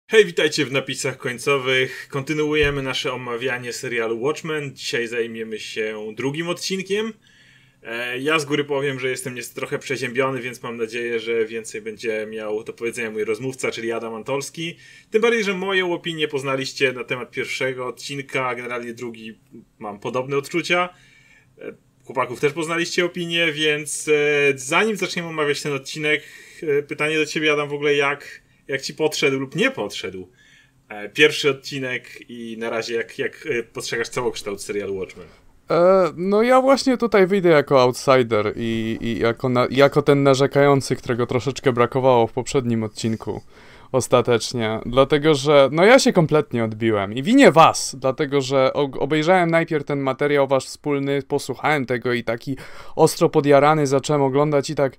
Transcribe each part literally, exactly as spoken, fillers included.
Hej, witajcie w napisach końcowych. Kontynuujemy nasze omawianie serialu Watchmen. Dzisiaj zajmiemy się drugim odcinkiem. E, ja z góry powiem, że jestem niestety trochę przeziębiony, więc mam nadzieję, że więcej będzie miał do powiedzenia mój rozmówca, czyli Adam Antolski. Tym bardziej, że moją opinię poznaliście na temat pierwszego odcinka, a generalnie drugi mam podobne odczucia. E, chłopaków też poznaliście opinię, więc e, zanim zaczniemy omawiać ten odcinek, e, pytanie do ciebie, Adam, w ogóle jak... jak ci podszedł lub nie podszedł e, pierwszy odcinek i na razie jak, jak e, postrzegasz całokształt serialu Watchmen? E, no ja właśnie tutaj wyjdę jako outsider i, i jako, na, jako ten narzekający, którego troszeczkę brakowało w poprzednim odcinku ostatecznie, dlatego że no ja się kompletnie odbiłem i winię was, dlatego że obejrzałem najpierw ten materiał wasz wspólny, posłuchałem tego i taki ostro podjarany zacząłem oglądać i tak...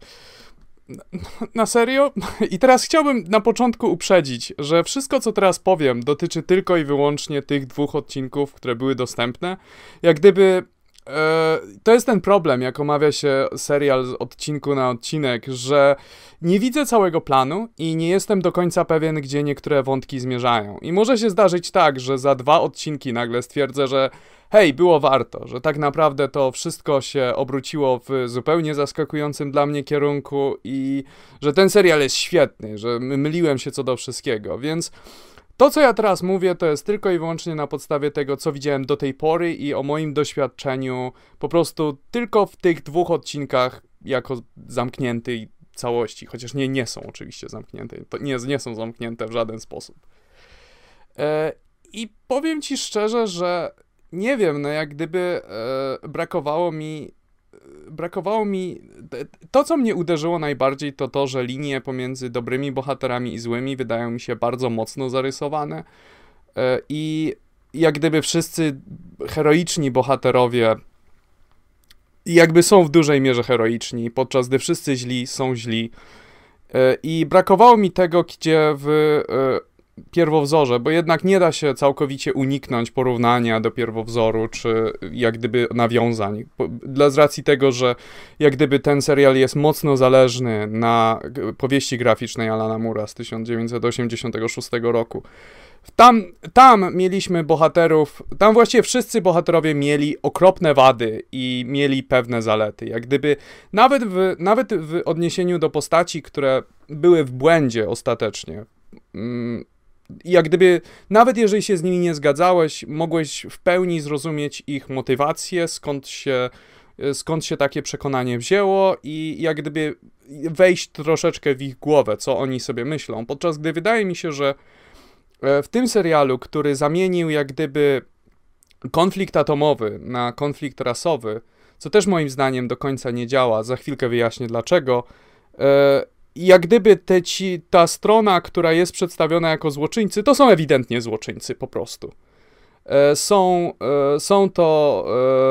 Na serio? I teraz chciałbym na początku uprzedzić, że wszystko, co teraz powiem, dotyczy tylko i wyłącznie tych dwóch odcinków, które były dostępne. Jak gdyby... E, to jest ten problem, jak omawia się serial z odcinku na odcinek, że nie widzę całego planu i nie jestem do końca pewien, gdzie niektóre wątki zmierzają. I może się zdarzyć tak, że za dwa odcinki nagle stwierdzę, że hej, było warto, że tak naprawdę to wszystko się obróciło w zupełnie zaskakującym dla mnie kierunku i że ten serial jest świetny, że myliłem się co do wszystkiego, więc to, co ja teraz mówię, to jest tylko i wyłącznie na podstawie tego, co widziałem do tej pory i o moim doświadczeniu po prostu tylko w tych dwóch odcinkach jako zamkniętej całości, chociaż nie, nie są oczywiście zamknięte, to nie, nie są zamknięte w żaden sposób. E, I powiem ci szczerze, że nie wiem, no jak gdyby e, brakowało mi, brakowało mi, to co mnie uderzyło najbardziej to to, że linie pomiędzy dobrymi bohaterami i złymi wydają mi się bardzo mocno zarysowane e, i jak gdyby wszyscy heroiczni bohaterowie jakby są w dużej mierze heroiczni, podczas gdy wszyscy źli są źli e, i brakowało mi tego, gdzie w... E, pierwowzorze, bo jednak nie da się całkowicie uniknąć porównania do pierwowzoru, czy jak gdyby nawiązań. Dla z racji tego, że jak gdyby ten serial jest mocno zależny na powieści graficznej Alana Moore'a z tysiąc dziewięćset osiemdziesiątego szóstego roku. Tam, tam mieliśmy bohaterów, tam właściwie wszyscy bohaterowie mieli okropne wady i mieli pewne zalety. Jak gdyby nawet w, nawet w odniesieniu do postaci, które były w błędzie ostatecznie, mm, jak gdyby, nawet jeżeli się z nimi nie zgadzałeś, mogłeś w pełni zrozumieć ich motywację, skąd się, skąd się takie przekonanie wzięło i jak gdyby wejść troszeczkę w ich głowę, co oni sobie myślą. Podczas gdy wydaje mi się, że w tym serialu, który zamienił jak gdyby konflikt atomowy na konflikt rasowy, co też moim zdaniem do końca nie działa, za chwilkę wyjaśnię dlaczego, i jak gdyby te ci, ta strona, która jest przedstawiona jako złoczyńcy, to są ewidentnie złoczyńcy po prostu. E, są, e, są to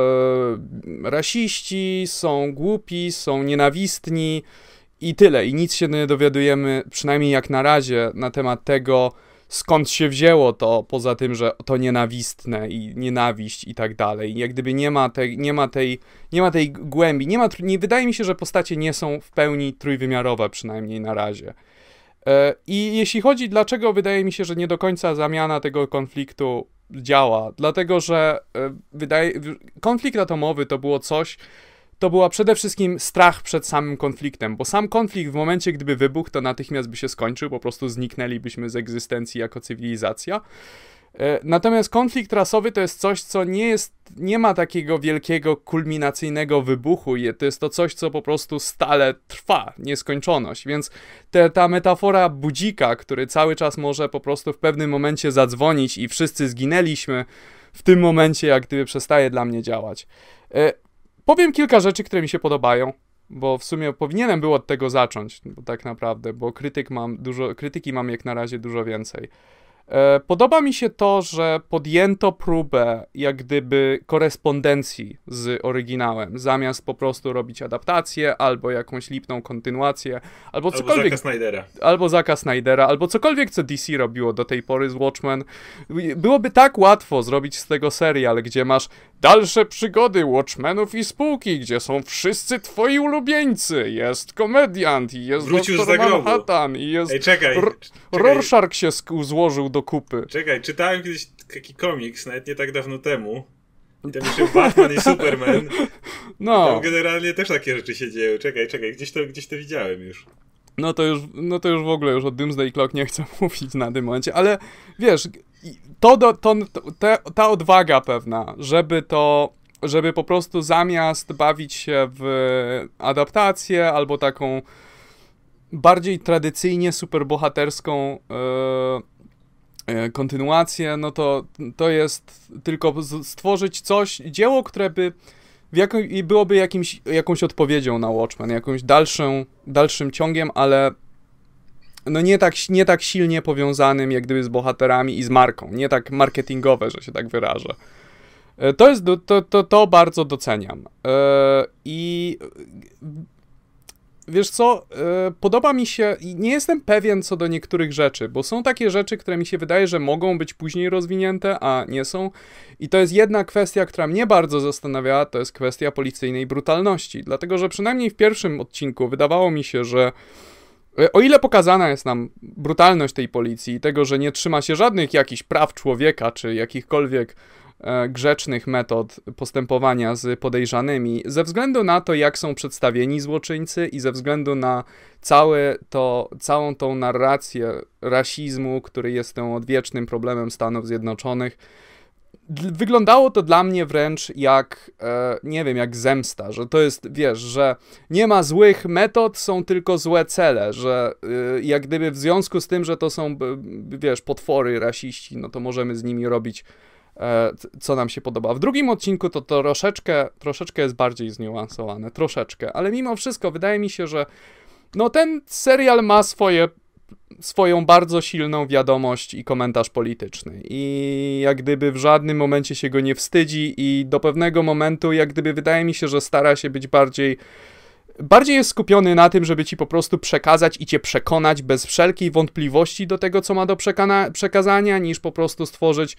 e, rasiści, są głupi, są nienawistni i tyle. I nic się nie dowiadujemy, przynajmniej jak na razie, na temat tego, skąd się wzięło to, poza tym, że to nienawistne i nienawiść i tak dalej. Jak gdyby nie ma tej, nie ma tej, nie ma tej głębi, nie ma, nie, wydaje mi się, że postacie nie są w pełni trójwymiarowe, przynajmniej na razie. E, I jeśli chodzi, dlaczego wydaje mi się, że nie do końca zamiana tego konfliktu działa, dlatego, że e, wydaje, konflikt atomowy to było coś, to była przede wszystkim strach przed samym konfliktem, bo sam konflikt w momencie, gdyby wybuchł, to natychmiast by się skończył, po prostu zniknęlibyśmy z egzystencji jako cywilizacja. Natomiast konflikt rasowy to jest coś, co nie jest, nie ma takiego wielkiego, kulminacyjnego wybuchu, to jest to coś, co po prostu stale trwa, nieskończoność, więc te, ta metafora budzika, który cały czas może po prostu w pewnym momencie zadzwonić i wszyscy zginęliśmy, w tym momencie jak gdyby przestaje dla mnie działać. Powiem kilka rzeczy, które mi się podobają, bo w sumie powinienem było od tego zacząć, bo tak naprawdę, bo krytyk mam dużo, krytyki mam jak na razie dużo więcej. E, podoba mi się to, że podjęto próbę jak gdyby korespondencji z oryginałem, zamiast po prostu robić adaptację, albo jakąś lipną kontynuację, albo, albo cokolwiek... Zacka Snydera. Albo Zacka Snydera, albo cokolwiek, co D C robiło do tej pory z Watchmen. Byłoby tak łatwo zrobić z tego serial, gdzie masz dalsze przygody Watchmenów i spółki, gdzie są wszyscy twoi ulubieńcy. Jest komediant, i jest Wrócił doktor z zagrobu. Manhattan, i jest... Ej, czekaj, R- czekaj. Rorschach się sk- złożył do kupy. Czekaj, czytałem kiedyś taki komiks, nawet nie tak dawno temu. I tam jeszcze Batman i Superman. No. Tam generalnie też takie rzeczy się dzieją. Czekaj, czekaj, gdzieś to, gdzieś to widziałem już. No to już, no to już w ogóle już o Doomsday Clock nie chcę mówić na tym momencie, ale wiesz, to, do, to, te, ta odwaga pewna, żeby to, żeby po prostu zamiast bawić się w adaptację albo taką bardziej tradycyjnie superbohaterską e, e, kontynuację, no to to jest tylko stworzyć coś, dzieło, które by w jaką, i byłoby jakimś, jakąś odpowiedzią na Watchmen, jakąś dalszą, dalszym ciągiem, ale no nie tak, nie tak silnie powiązanym jak gdyby z bohaterami i z marką, nie tak marketingowe, że się tak wyrażę. To jest, to, to, to bardzo doceniam. I wiesz co, podoba mi się, i nie jestem pewien co do niektórych rzeczy, bo są takie rzeczy, które mi się wydaje, że mogą być później rozwinięte, a nie są. I to jest jedna kwestia, która mnie bardzo zastanawiała, to jest kwestia policyjnej brutalności. Dlatego, że przynajmniej w pierwszym odcinku wydawało mi się, że o ile pokazana jest nam brutalność tej policji i tego, że nie trzyma się żadnych jakichś praw człowieka, czy jakichkolwiek e, grzecznych metod postępowania z podejrzanymi, ze względu na to, jak są przedstawieni złoczyńcy i ze względu na całe to, całą tą narrację rasizmu, który jest tym odwiecznym problemem Stanów Zjednoczonych, wyglądało to dla mnie wręcz jak, e, nie wiem, jak zemsta, że to jest, wiesz, że nie ma złych metod, są tylko złe cele, że e, jak gdyby w związku z tym, że to są, wiesz, potwory, rasiści, no to możemy z nimi robić, e, co nam się podoba. W drugim odcinku to, to troszeczkę, troszeczkę jest bardziej zniuansowane, troszeczkę, ale mimo wszystko wydaje mi się, że no ten serial ma swoje swoją bardzo silną wiadomość i komentarz polityczny i jak gdyby w żadnym momencie się go nie wstydzi i do pewnego momentu jak gdyby wydaje mi się, że stara się być bardziej bardziej jest skupiony na tym, żeby ci po prostu przekazać i cię przekonać bez wszelkiej wątpliwości do tego, co ma do przekana- przekazania, niż po prostu stworzyć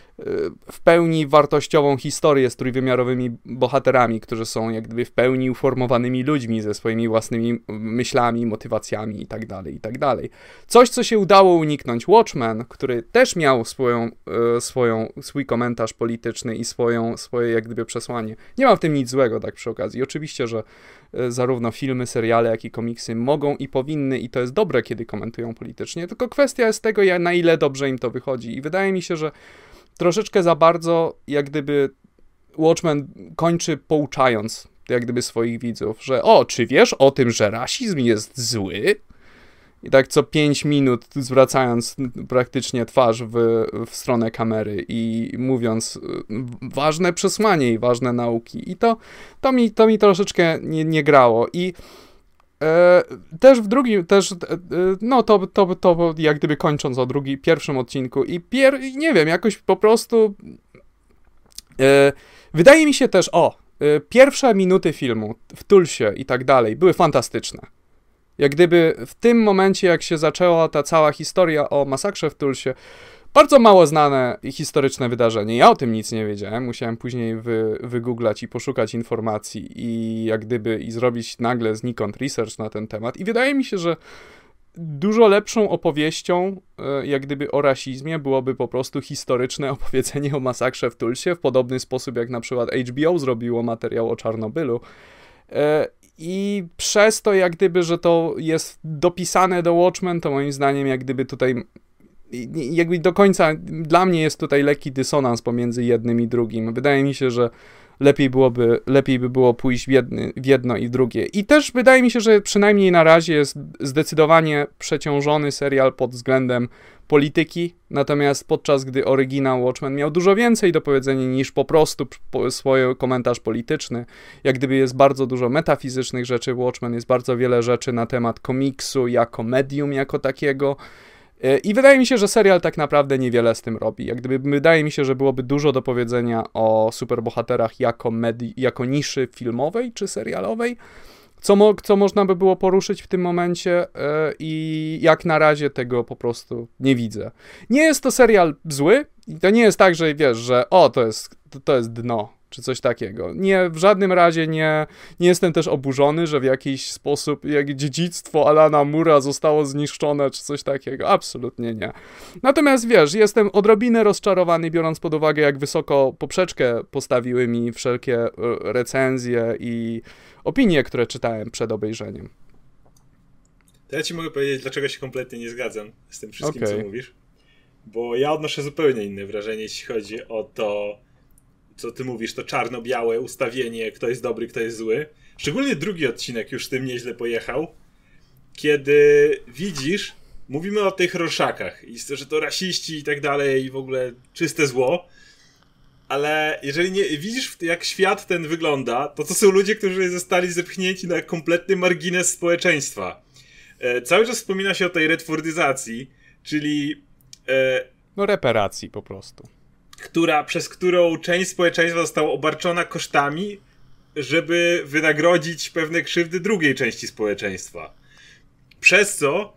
w pełni wartościową historię z trójwymiarowymi bohaterami, którzy są jak gdyby w pełni uformowanymi ludźmi ze swoimi własnymi myślami, motywacjami i tak dalej, i tak dalej. Coś, co się udało uniknąć Watchmen, który też miał swoją, swoją, swój komentarz polityczny i swoją, swoje jak gdyby przesłanie. Nie ma w tym nic złego, tak przy okazji. Oczywiście, że zarówno filmy, seriale, jak i komiksy mogą i powinny, i to jest dobre, kiedy komentują politycznie, tylko kwestia jest tego, na ile dobrze im to wychodzi. I wydaje mi się, że troszeczkę za bardzo, jak gdyby Watchmen kończy pouczając, jak gdyby swoich widzów, że o, czy wiesz o tym, że rasizm jest zły? I tak co pięć minut zwracając praktycznie twarz w, w stronę kamery i mówiąc ważne przesłanie i ważne nauki. I to, to, mi, to mi troszeczkę nie, nie grało. I E, też w drugim, też, e, no to, to, to jak gdyby kończąc o drugi, pierwszym odcinku i pier, nie wiem, jakoś po prostu e, wydaje mi się też, o, e, pierwsze minuty filmu w Tulsie i tak dalej były fantastyczne. Jak gdyby w tym momencie, jak się zaczęła ta cała historia o masakrze w Tulsie, bardzo mało znane historyczne wydarzenie. Ja o tym nic nie wiedziałem. Musiałem później wy, wygooglać i poszukać informacji i jak gdyby i zrobić nagle znikąd research na ten temat. I wydaje mi się, że dużo lepszą opowieścią jak gdyby o rasizmie byłoby po prostu historyczne opowiedzenie o masakrze w Tulsie w podobny sposób jak na przykład H B O zrobiło materiał o Czarnobylu. I przez to jak gdyby, że to jest dopisane do Watchmen, to moim zdaniem jak gdyby tutaj jakby do końca, dla mnie jest tutaj lekki dysonans pomiędzy jednym i drugim. Wydaje mi się, że lepiej byłoby, lepiej by było pójść w, jedny, w jedno i w drugie. I też wydaje mi się, że przynajmniej na razie jest zdecydowanie przeciążony serial pod względem polityki, natomiast podczas gdy oryginał Watchmen miał dużo więcej do powiedzenia niż po prostu po swój komentarz polityczny. Jak gdyby jest bardzo dużo metafizycznych rzeczy w Watchmen, jest bardzo wiele rzeczy na temat komiksu jako medium, jako takiego. I wydaje mi się, że serial tak naprawdę niewiele z tym robi. Jak gdyby, wydaje mi się, że byłoby dużo do powiedzenia o superbohaterach jako, medi- jako niszy filmowej czy serialowej, co, mo- co można by było poruszyć w tym momencie yy, i jak na razie tego po prostu nie widzę. Nie jest to serial zły i to nie jest tak, że wiesz, że o, to jest, to, to jest dno. czy coś takiego. Nie, w żadnym razie nie, nie jestem też oburzony, że w jakiś sposób jak dziedzictwo Alana Moore'a zostało zniszczone, czy coś takiego. Absolutnie nie. Natomiast wiesz, jestem odrobinę rozczarowany, biorąc pod uwagę, jak wysoko poprzeczkę postawiły mi wszelkie recenzje i opinie, które czytałem przed obejrzeniem. To ja ci mogę powiedzieć, dlaczego się kompletnie nie zgadzam z tym wszystkim, okay. co mówisz. Bo ja odnoszę zupełnie inne wrażenie, jeśli chodzi o to, co ty mówisz, to czarno-białe ustawienie, kto jest dobry, kto jest zły. Szczególnie drugi odcinek już tym nieźle pojechał, kiedy widzisz, mówimy o tych Rorschachach i że to rasiści i tak dalej i w ogóle czyste zło, ale jeżeli nie widzisz, jak świat ten wygląda, to to są ludzie, którzy zostali zepchnięci na kompletny margines społeczeństwa. E, cały czas wspomina się o tej redfordyzacji, czyli e, no reparacji po prostu. Która, przez którą część społeczeństwa została obarczona kosztami, żeby wynagrodzić pewne krzywdy drugiej części społeczeństwa. Przez co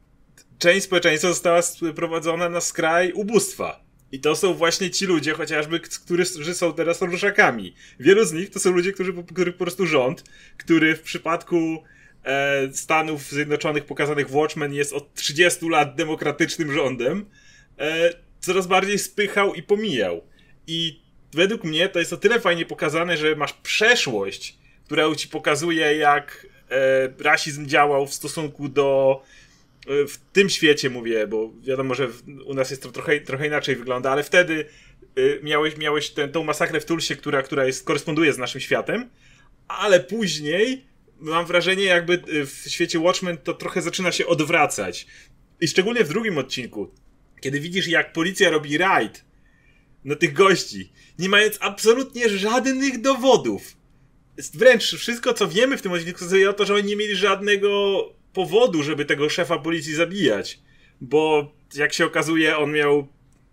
część społeczeństwa została sprowadzona na skraj ubóstwa. I to są właśnie ci ludzie, chociażby, którzy są teraz Rorschachami. Wielu z nich to są ludzie, którzy, których po prostu rząd, który w przypadku e, Stanów Zjednoczonych pokazanych w Watchmen jest od trzydziestu lat demokratycznym rządem, e, coraz bardziej spychał i pomijał. I według mnie to jest o tyle fajnie pokazane, że masz przeszłość, która ci pokazuje, jak e, rasizm działał w stosunku do... E, w tym świecie mówię, bo wiadomo, że w, u nas jest to trochę, trochę inaczej wygląda, ale wtedy e, miałeś, miałeś tę, tą masakrę w Tulsie, która, która jest, koresponduje z naszym światem, ale później mam wrażenie, jakby w świecie Watchmen to trochę zaczyna się odwracać. I szczególnie w drugim odcinku, kiedy widzisz, jak policja robi rajd na tych gości, nie mając absolutnie żadnych dowodów. Wręcz wszystko, co wiemy w tym odcinku, wskazuje o to, że oni nie mieli żadnego powodu, żeby tego szefa policji zabijać. Bo, jak się okazuje, on miał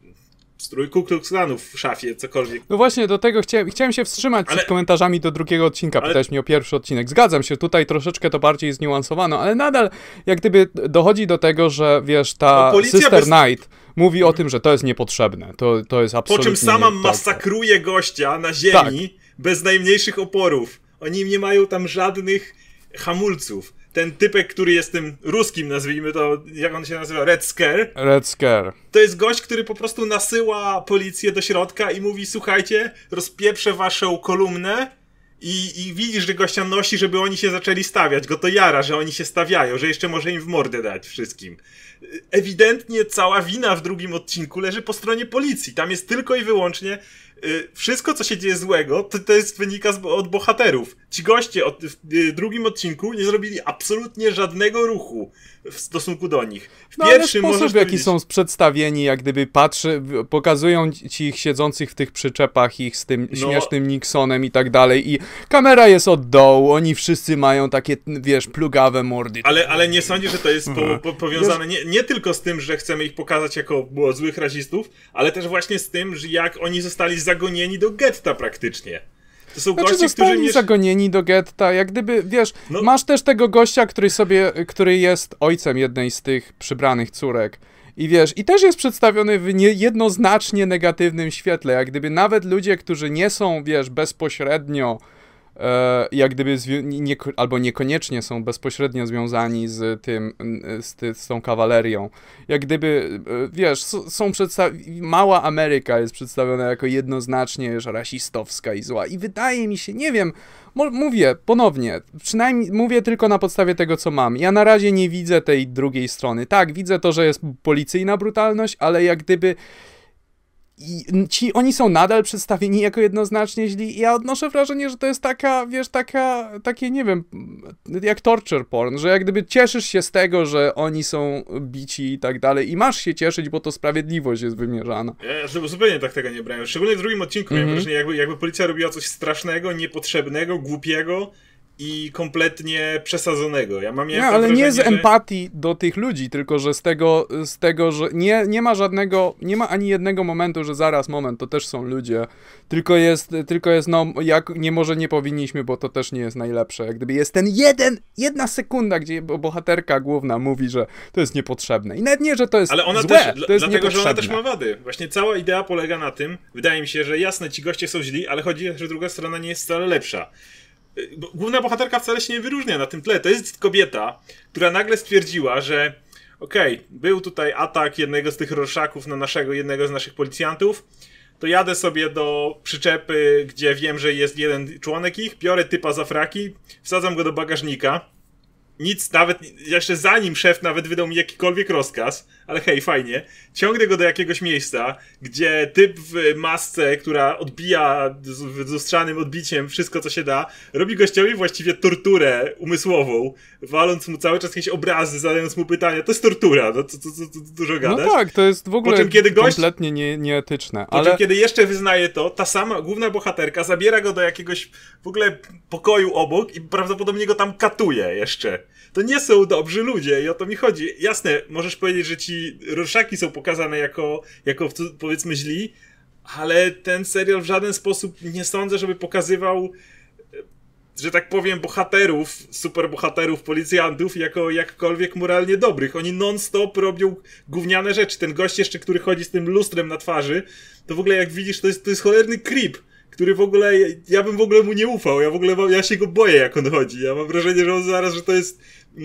strój Ku Klux Klanu w szafie, cokolwiek. No właśnie, do tego chciałem, chciałem się wstrzymać ale... przed komentarzami do drugiego odcinka. Ale... Pytałeś mnie o pierwszy odcinek. Zgadzam się, tutaj troszeczkę to bardziej zniuansowano, ale nadal jak gdyby dochodzi do tego, że wiesz, ta no, Sister bez... Knight mówi hmm. o tym, że to jest niepotrzebne. To, to jest absolutnie... Po czym sama nie... masakruje gościa na ziemi tak. bez najmniejszych oporów. Oni nie mają tam żadnych hamulców. Ten typek, który jest tym ruskim, nazwijmy to, jak on się nazywa, Red Scare. Red Scare. To jest gość, który po prostu nasyła policję do środka i mówi, słuchajcie, rozpieprzę waszą kolumnę i, i widzisz, że gościa nosi, żeby oni się zaczęli stawiać. Go to jara, że oni się stawiają, że jeszcze może im w mordę dać wszystkim. Ewidentnie cała wina w drugim odcinku leży po stronie policji. Tam jest tylko i wyłącznie wszystko, co się dzieje złego, to, to jest wynika z, od bohaterów. Ci goście od, w drugim odcinku nie zrobili absolutnie żadnego ruchu w stosunku do nich. W no, pierwszym ale sposób, w jaki powiedzieć... są przedstawieni, jak gdyby patrzy, pokazują ci ich siedzących w tych przyczepach, ich z tym no. śmiesznym Nixonem i tak dalej i kamera jest od dołu, oni wszyscy mają takie, wiesz, plugawe mordy. Ale, ale nie sądzisz, że to jest po, po, powiązane nie, nie tylko z tym, że chcemy ich pokazać jako było złych rasistów, ale też właśnie z tym, że jak oni zostali zagonieni do getta praktycznie. To są znaczy, goście, zostali którzy... Nie... zagonieni do getta, jak gdyby, wiesz, no. masz też tego gościa, który sobie, który jest ojcem jednej z tych przybranych córek i wiesz, i też jest przedstawiony w jednoznacznie negatywnym świetle, jak gdyby nawet ludzie, którzy nie są, wiesz, bezpośrednio e, jak gdyby, zwi- nie, albo niekoniecznie są bezpośrednio związani z tym, z, ty, z tą kawalerią. Jak gdyby, e, wiesz, są przedstawieni, mała Ameryka jest przedstawiona jako jednoznacznie już rasistowska i zła. I wydaje mi się, nie wiem, mo- mówię ponownie, przynajmniej mówię tylko na podstawie tego, co mam. Ja na razie nie widzę tej drugiej strony. Tak, widzę to, że jest policyjna brutalność, ale jak gdyby i ci, oni są nadal przedstawieni jako jednoznacznie źli. Ja odnoszę wrażenie, że to jest taka, wiesz, taka, takie, nie wiem, jak torture porn, że jak gdyby cieszysz się z tego, że oni są bici i tak dalej i masz się cieszyć, bo to sprawiedliwość jest wymierzana. Ja zupełnie tak tego nie brałem. Szczególnie w drugim odcinku mm-hmm. miałem wrażenie, jakby, jakby policja robiła coś strasznego, niepotrzebnego, głupiego i kompletnie przesadzonego. Ja mam nie, ale nie z że... empatii do tych ludzi, tylko że z tego, z tego że nie, nie ma żadnego, nie ma ani jednego momentu, że zaraz, moment, to też są ludzie, tylko jest, tylko jest no, jak nie może nie powinniśmy, bo to też nie jest najlepsze. Jak gdyby jest ten jeden, jedna sekunda, gdzie bohaterka główna mówi, że to jest niepotrzebne. I nawet nie, że to jest ale ona złe, też, to jest dlatego, że ona też ma wady. Właśnie cała idea polega na tym, wydaje mi się, że jasne, ci goście są źli, ale chodzi, że druga strona nie jest wcale lepsza. Główna bohaterka wcale się nie wyróżnia na tym tle. To jest kobieta, która nagle stwierdziła, że okej, okay, był tutaj atak jednego z tych Rorschaków na naszego, jednego z naszych policjantów, to jadę sobie do przyczepy, gdzie wiem, że jest jeden członek ich, biorę typa za fraki, wsadzam go do bagażnika. Nic, nawet jeszcze zanim szef nawet wydał mi jakikolwiek rozkaz, ale hej, fajnie, ciągnę go do jakiegoś miejsca, gdzie typ w masce, która odbija z lustrzanym odbiciem wszystko, co się da, robi gościowi właściwie torturę umysłową, waląc mu cały czas jakieś obrazy, zadając mu pytania. To jest tortura, no to, to, to, to dużo gadasz. No tak, to jest w ogóle po czym, kiedy gość, kompletnie nie, nieetyczne. Po ale... czym, kiedy jeszcze wyznaje to, ta sama główna bohaterka zabiera go do jakiegoś w ogóle pokoju obok i prawdopodobnie go tam katuje jeszcze. To nie są dobrzy ludzie i o to mi chodzi. Jasne, możesz powiedzieć, że ci Rorschaki są pokazane jako, jako powiedzmy źli, ale ten serial w żaden sposób nie sądzę, żeby pokazywał, że tak powiem, bohaterów, superbohaterów, policjantów jako jakkolwiek moralnie dobrych. Oni non-stop robią gówniane rzeczy. Ten gość jeszcze, który chodzi z tym lustrem na twarzy, to w ogóle jak widzisz, to jest, to jest cholerny creep, który w ogóle, ja bym w ogóle mu nie ufał, ja w ogóle, ja się go boję, jak on chodzi. Ja mam wrażenie, że on zaraz, że to jest,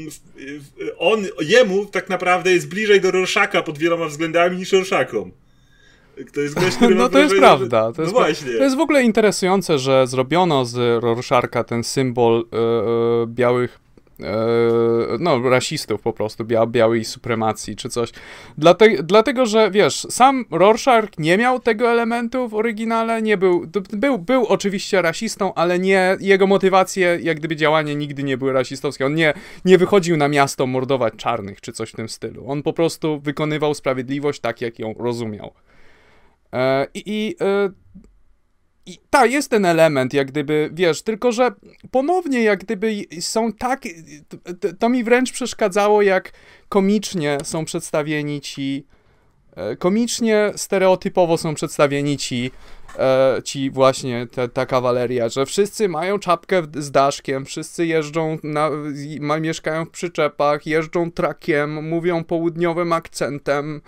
on, jemu tak naprawdę jest bliżej do Rorschaka pod wieloma względami niż Rorschakom. To jest gość, który no to wrażenie, jest prawda. To no jest, właśnie. To jest w ogóle interesujące, że zrobiono z Rorschaka ten symbol e, e, białych no, rasistów po prostu, bia białej supremacji czy coś. Dlate dlatego, że wiesz, sam Rorschach nie miał tego elementu w oryginale, nie był, był, był oczywiście rasistą, ale nie, jego motywacje, jak gdyby działanie nigdy nie były rasistowskie. On nie, nie wychodził na miasto mordować czarnych czy coś w tym stylu. On po prostu wykonywał sprawiedliwość tak, jak ją rozumiał. E, I, i e, I tak, jest ten element, jak gdyby, wiesz, tylko że ponownie, jak gdyby są tak, to, to mi wręcz przeszkadzało, jak komicznie są przedstawieni ci, komicznie, stereotypowo są przedstawieni ci, ci właśnie, te, ta kawaleria, że wszyscy mają czapkę z daszkiem, wszyscy jeżdżą, na, ma, mieszkają w przyczepach, jeżdżą trakiem, mówią południowym akcentem.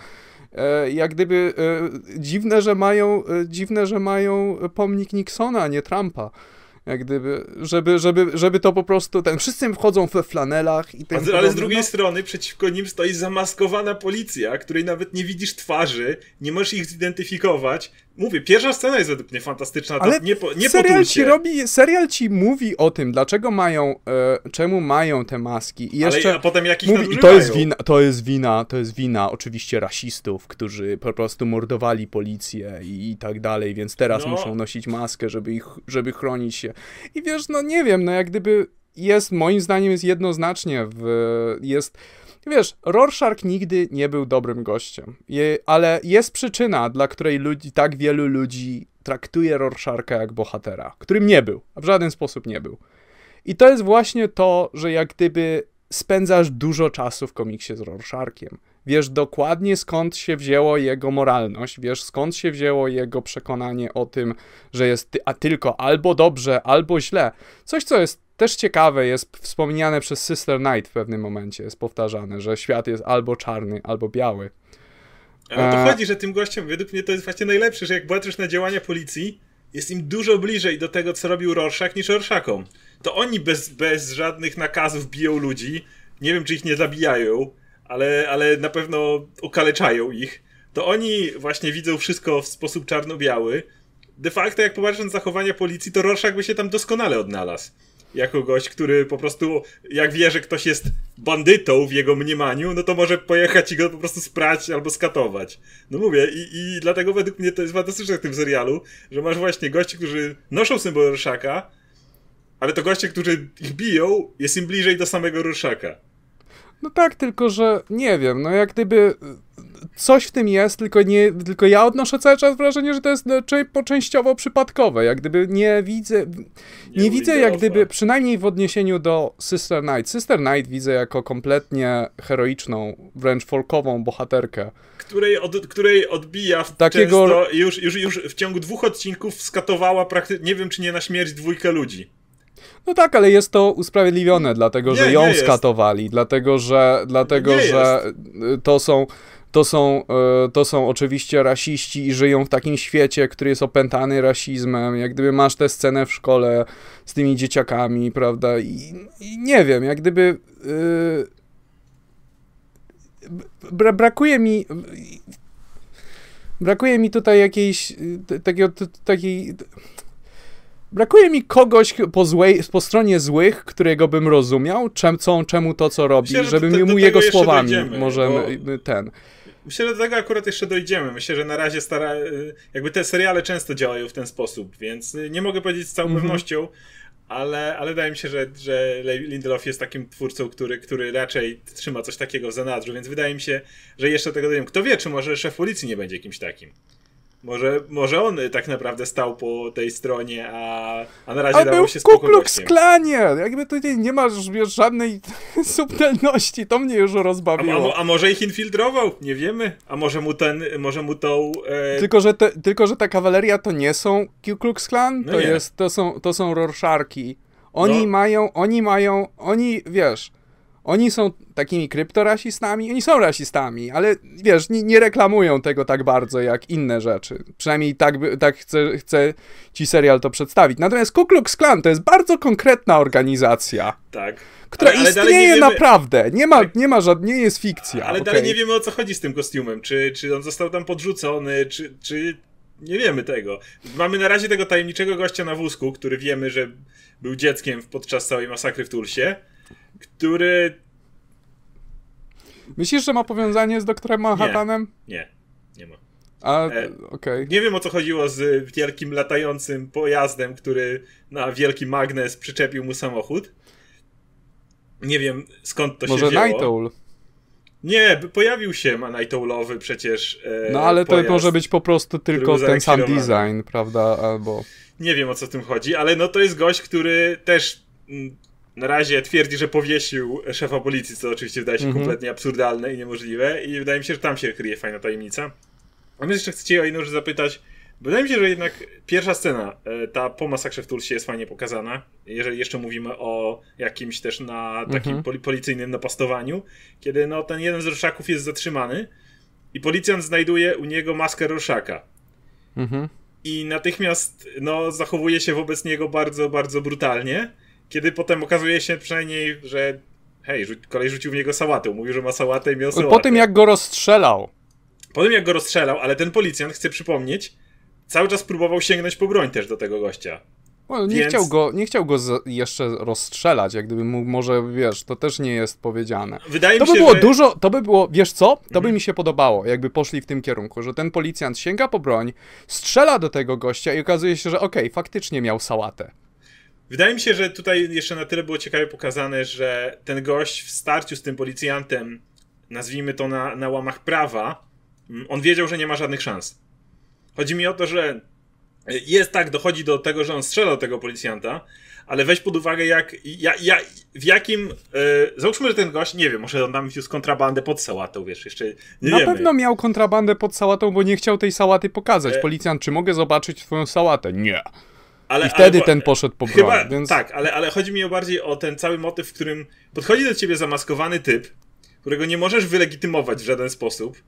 Jak gdyby e, dziwne, że mają e, dziwne, że mają pomnik Nixona, a nie Trumpa. Jak gdyby, żeby, żeby, żeby to po prostu ten, wszyscy wchodzą we flanelach i ten. Ale, ale z drugiej no... strony przeciwko nim stoi zamaskowana policja, której nawet nie widzisz twarzy, nie możesz ich zidentyfikować. Mówię, pierwsza scena jest według mnie fantastyczna, to ale nie, po, nie serial ci robi, serial ci mówi o tym, dlaczego mają, e, czemu mają te maski i jeszcze ale, a potem jak ich mówi, i to jest wina, to jest wina, to jest wina oczywiście rasistów, którzy po prostu mordowali policję i, i tak dalej, więc teraz no. muszą nosić maskę, żeby ich, żeby chronić się. I wiesz, no nie wiem, no jak gdyby jest, moim zdaniem jest jednoznacznie w, jest wiesz, Rorschach nigdy nie był dobrym gościem, Je, ale jest przyczyna, dla której ludzi, tak wielu ludzi traktuje Rorschacha jak bohatera, którym nie był, a w żaden sposób nie był. I to jest właśnie to, że jak gdyby spędzasz dużo czasu w komiksie z Rorschachem. Wiesz dokładnie, skąd się wzięło jego moralność, wiesz skąd się wzięło jego przekonanie o tym, że jest ty, a tylko albo dobrze, albo źle. Coś, co jest też ciekawe, jest wspomniane przez Sister Night w pewnym momencie, jest powtarzane, że świat jest albo czarny, albo biały. Ale o to chodzi, że tym gościom, według mnie to jest właśnie najlepsze, że jak patrzysz na działania policji, jest im dużo bliżej do tego, co robił Rorschach, niż Rorschachom. To oni bez, bez żadnych nakazów biją ludzi, nie wiem, czy ich nie zabijają, ale, ale na pewno okaleczają ich. To oni właśnie widzą wszystko w sposób czarno-biały. De facto, jak popatrzysz na zachowania policji, to Rorschach by się tam doskonale odnalazł. Jako gość, który po prostu, jak wie, że ktoś jest bandytą w jego mniemaniu, no to może pojechać i go po prostu sprać albo skatować. No mówię, i, i dlatego według mnie to jest fantastyczne w tym serialu, że masz właśnie gości, którzy noszą symbol Rorschacha, ale to goście, którzy ich biją, jest im bliżej do samego Rorschacha. No tak, tylko że nie wiem, no jak gdyby coś w tym jest, tylko nie, tylko ja odnoszę cały czas wrażenie, że to jest no, cze- częściowo przypadkowe, jak gdyby nie widzę, nie, nie widzę jak gdyby, przynajmniej w odniesieniu do Sister Night. Sister Night widzę jako kompletnie heroiczną, wręcz folkową bohaterkę. Której, od, której odbija w Takiego... często, już, już, już w ciągu dwóch odcinków skatowała praktycznie, nie wiem czy nie na śmierć, dwójkę ludzi. No tak, ale jest to usprawiedliwione, dlatego, nie, że ją skatowali, dlatego, że, dlatego, nie że to są, to, są, to są oczywiście rasiści i żyją w takim świecie, który jest opętany rasizmem, jak gdyby masz tę scenę w szkole z tymi dzieciakami, prawda, i, i nie wiem, jak gdyby yy, bra, brakuje mi brakuje mi tutaj jakiejś takiego, takiej brakuje mi kogoś po, złej, po stronie złych, którego bym rozumiał, czem, co, czemu to, co robi, Myślę, żebym do, do mu jego słowami dojdziemy, możemy ten... Myślę, że do tego akurat jeszcze dojdziemy. Myślę, że na razie stara... jakby te seriale często działają w ten sposób, więc nie mogę powiedzieć z całą mm-hmm. pewnością, ale, ale wydaje mi się, że, że Lindelof jest takim twórcą, który, który raczej trzyma coś takiego w zanadrzu, więc wydaje mi się, że jeszcze tego dojdziemy. Kto wie, czy może szef policji nie będzie kimś takim. Może, może on tak naprawdę stał po tej stronie, a, a na razie a dało się spoko gościem. A był Ku Klux Klanie! Jakby tutaj nie ma wiesz, żadnej subtelności, to mnie już rozbawiło. A, a, a może ich infiltrował? Nie wiemy. A może mu ten, może mu tą... E... Tylko, że te, tylko, że ta kawaleria to nie są Ku Klux Klan, no to, nie. jest, to są, to są Rorschachki. Oni no. mają, oni mają, oni, wiesz... Oni są takimi kryptorasistami, oni są rasistami, ale wiesz, nie, nie reklamują tego tak bardzo jak inne rzeczy. Przynajmniej tak, tak chce, chce ci serial to przedstawić. Natomiast Ku Klux Klan to jest bardzo konkretna organizacja. Tak. Która ale, ale istnieje nie wiemy... naprawdę. Nie ma, nie ma żadnej, nie jest fikcja. Ale okay? dalej nie wiemy, o co chodzi z tym kostiumem. Czy, czy on został tam podrzucony, czy, czy... Nie wiemy tego. Mamy na razie tego tajemniczego gościa na wózku, który wiemy, że był dzieckiem podczas całej masakry w Tulsie. Który... Myślisz, że ma powiązanie z doktorem Manhattanem? Nie, nie, nie ma. A, e, okay. Nie wiem, o co chodziło z wielkim latającym pojazdem, który na wielki magnes przyczepił mu samochód. Nie wiem, skąd to Może się wzięło. Może Night Owl? Nie, pojawił się Night Owlowy przecież e, No ale pojazd, to może być po prostu tylko ten sam design, prawda? Albo... Nie wiem, o co w tym chodzi, ale no to jest gość, który też... M, na razie twierdzi, że powiesił szefa policji, co oczywiście wydaje się mm-hmm. kompletnie absurdalne i niemożliwe i wydaje mi się, że tam się kryje fajna tajemnica. A my jeszcze chcecie o jedną rzecz zapytać. Wydaje mi się, że jednak pierwsza scena, ta po masakrze w Tulsie jest fajnie pokazana, jeżeli jeszcze mówimy o jakimś też na takim mm-hmm. poli- policyjnym napastowaniu, kiedy no ten jeden z Rorschaków jest zatrzymany i policjant znajduje u niego maskę Rorschaka. Mm-hmm. I natychmiast no, zachowuje się wobec niego bardzo, bardzo brutalnie. Kiedy potem okazuje się przynajmniej, że hej, rzu- kolej rzucił w niego sałatę. Mówił, że ma sałatę i miał sałatę. Po tym jak go rozstrzelał. Po tym jak go rozstrzelał, ale ten policjant, chcę przypomnieć, cały czas próbował sięgnąć po broń też do tego gościa. Well, nie, Więc... chciał go, nie chciał go z- jeszcze rozstrzelać, jak gdyby mógł, może, wiesz, to też nie jest powiedziane. Wydaje to mi by się, było że... dużo, to by było, wiesz co? To mhm. by mi się podobało, jakby poszli w tym kierunku, że ten policjant sięga po broń, strzela do tego gościa i okazuje się, że okej, okay, faktycznie miał sałatę. Wydaje mi się, że tutaj jeszcze na tyle było ciekawie pokazane, że ten gość w starciu z tym policjantem, nazwijmy to na, na łamach prawa, on wiedział, że nie ma żadnych szans. Chodzi mi o to, że jest tak, dochodzi do tego, że on strzela do tego policjanta, ale weź pod uwagę, jak, ja, ja, w jakim... Yy, załóżmy, że ten gość, nie wiem, może on tam wiózł kontrabandę pod sałatą, wiesz, jeszcze nie Na wiemy. pewno miał kontrabandę pod sałatą, bo nie chciał tej sałaty pokazać. E... Policjant, czy mogę zobaczyć twoją sałatę? Nie. Ale, I wtedy ale, ten poszedł po broń, chyba, więc... Tak, ale, ale chodzi mi o bardziej o ten cały motyw, w którym podchodzi do ciebie zamaskowany typ, którego nie możesz wylegitymować w żaden sposób,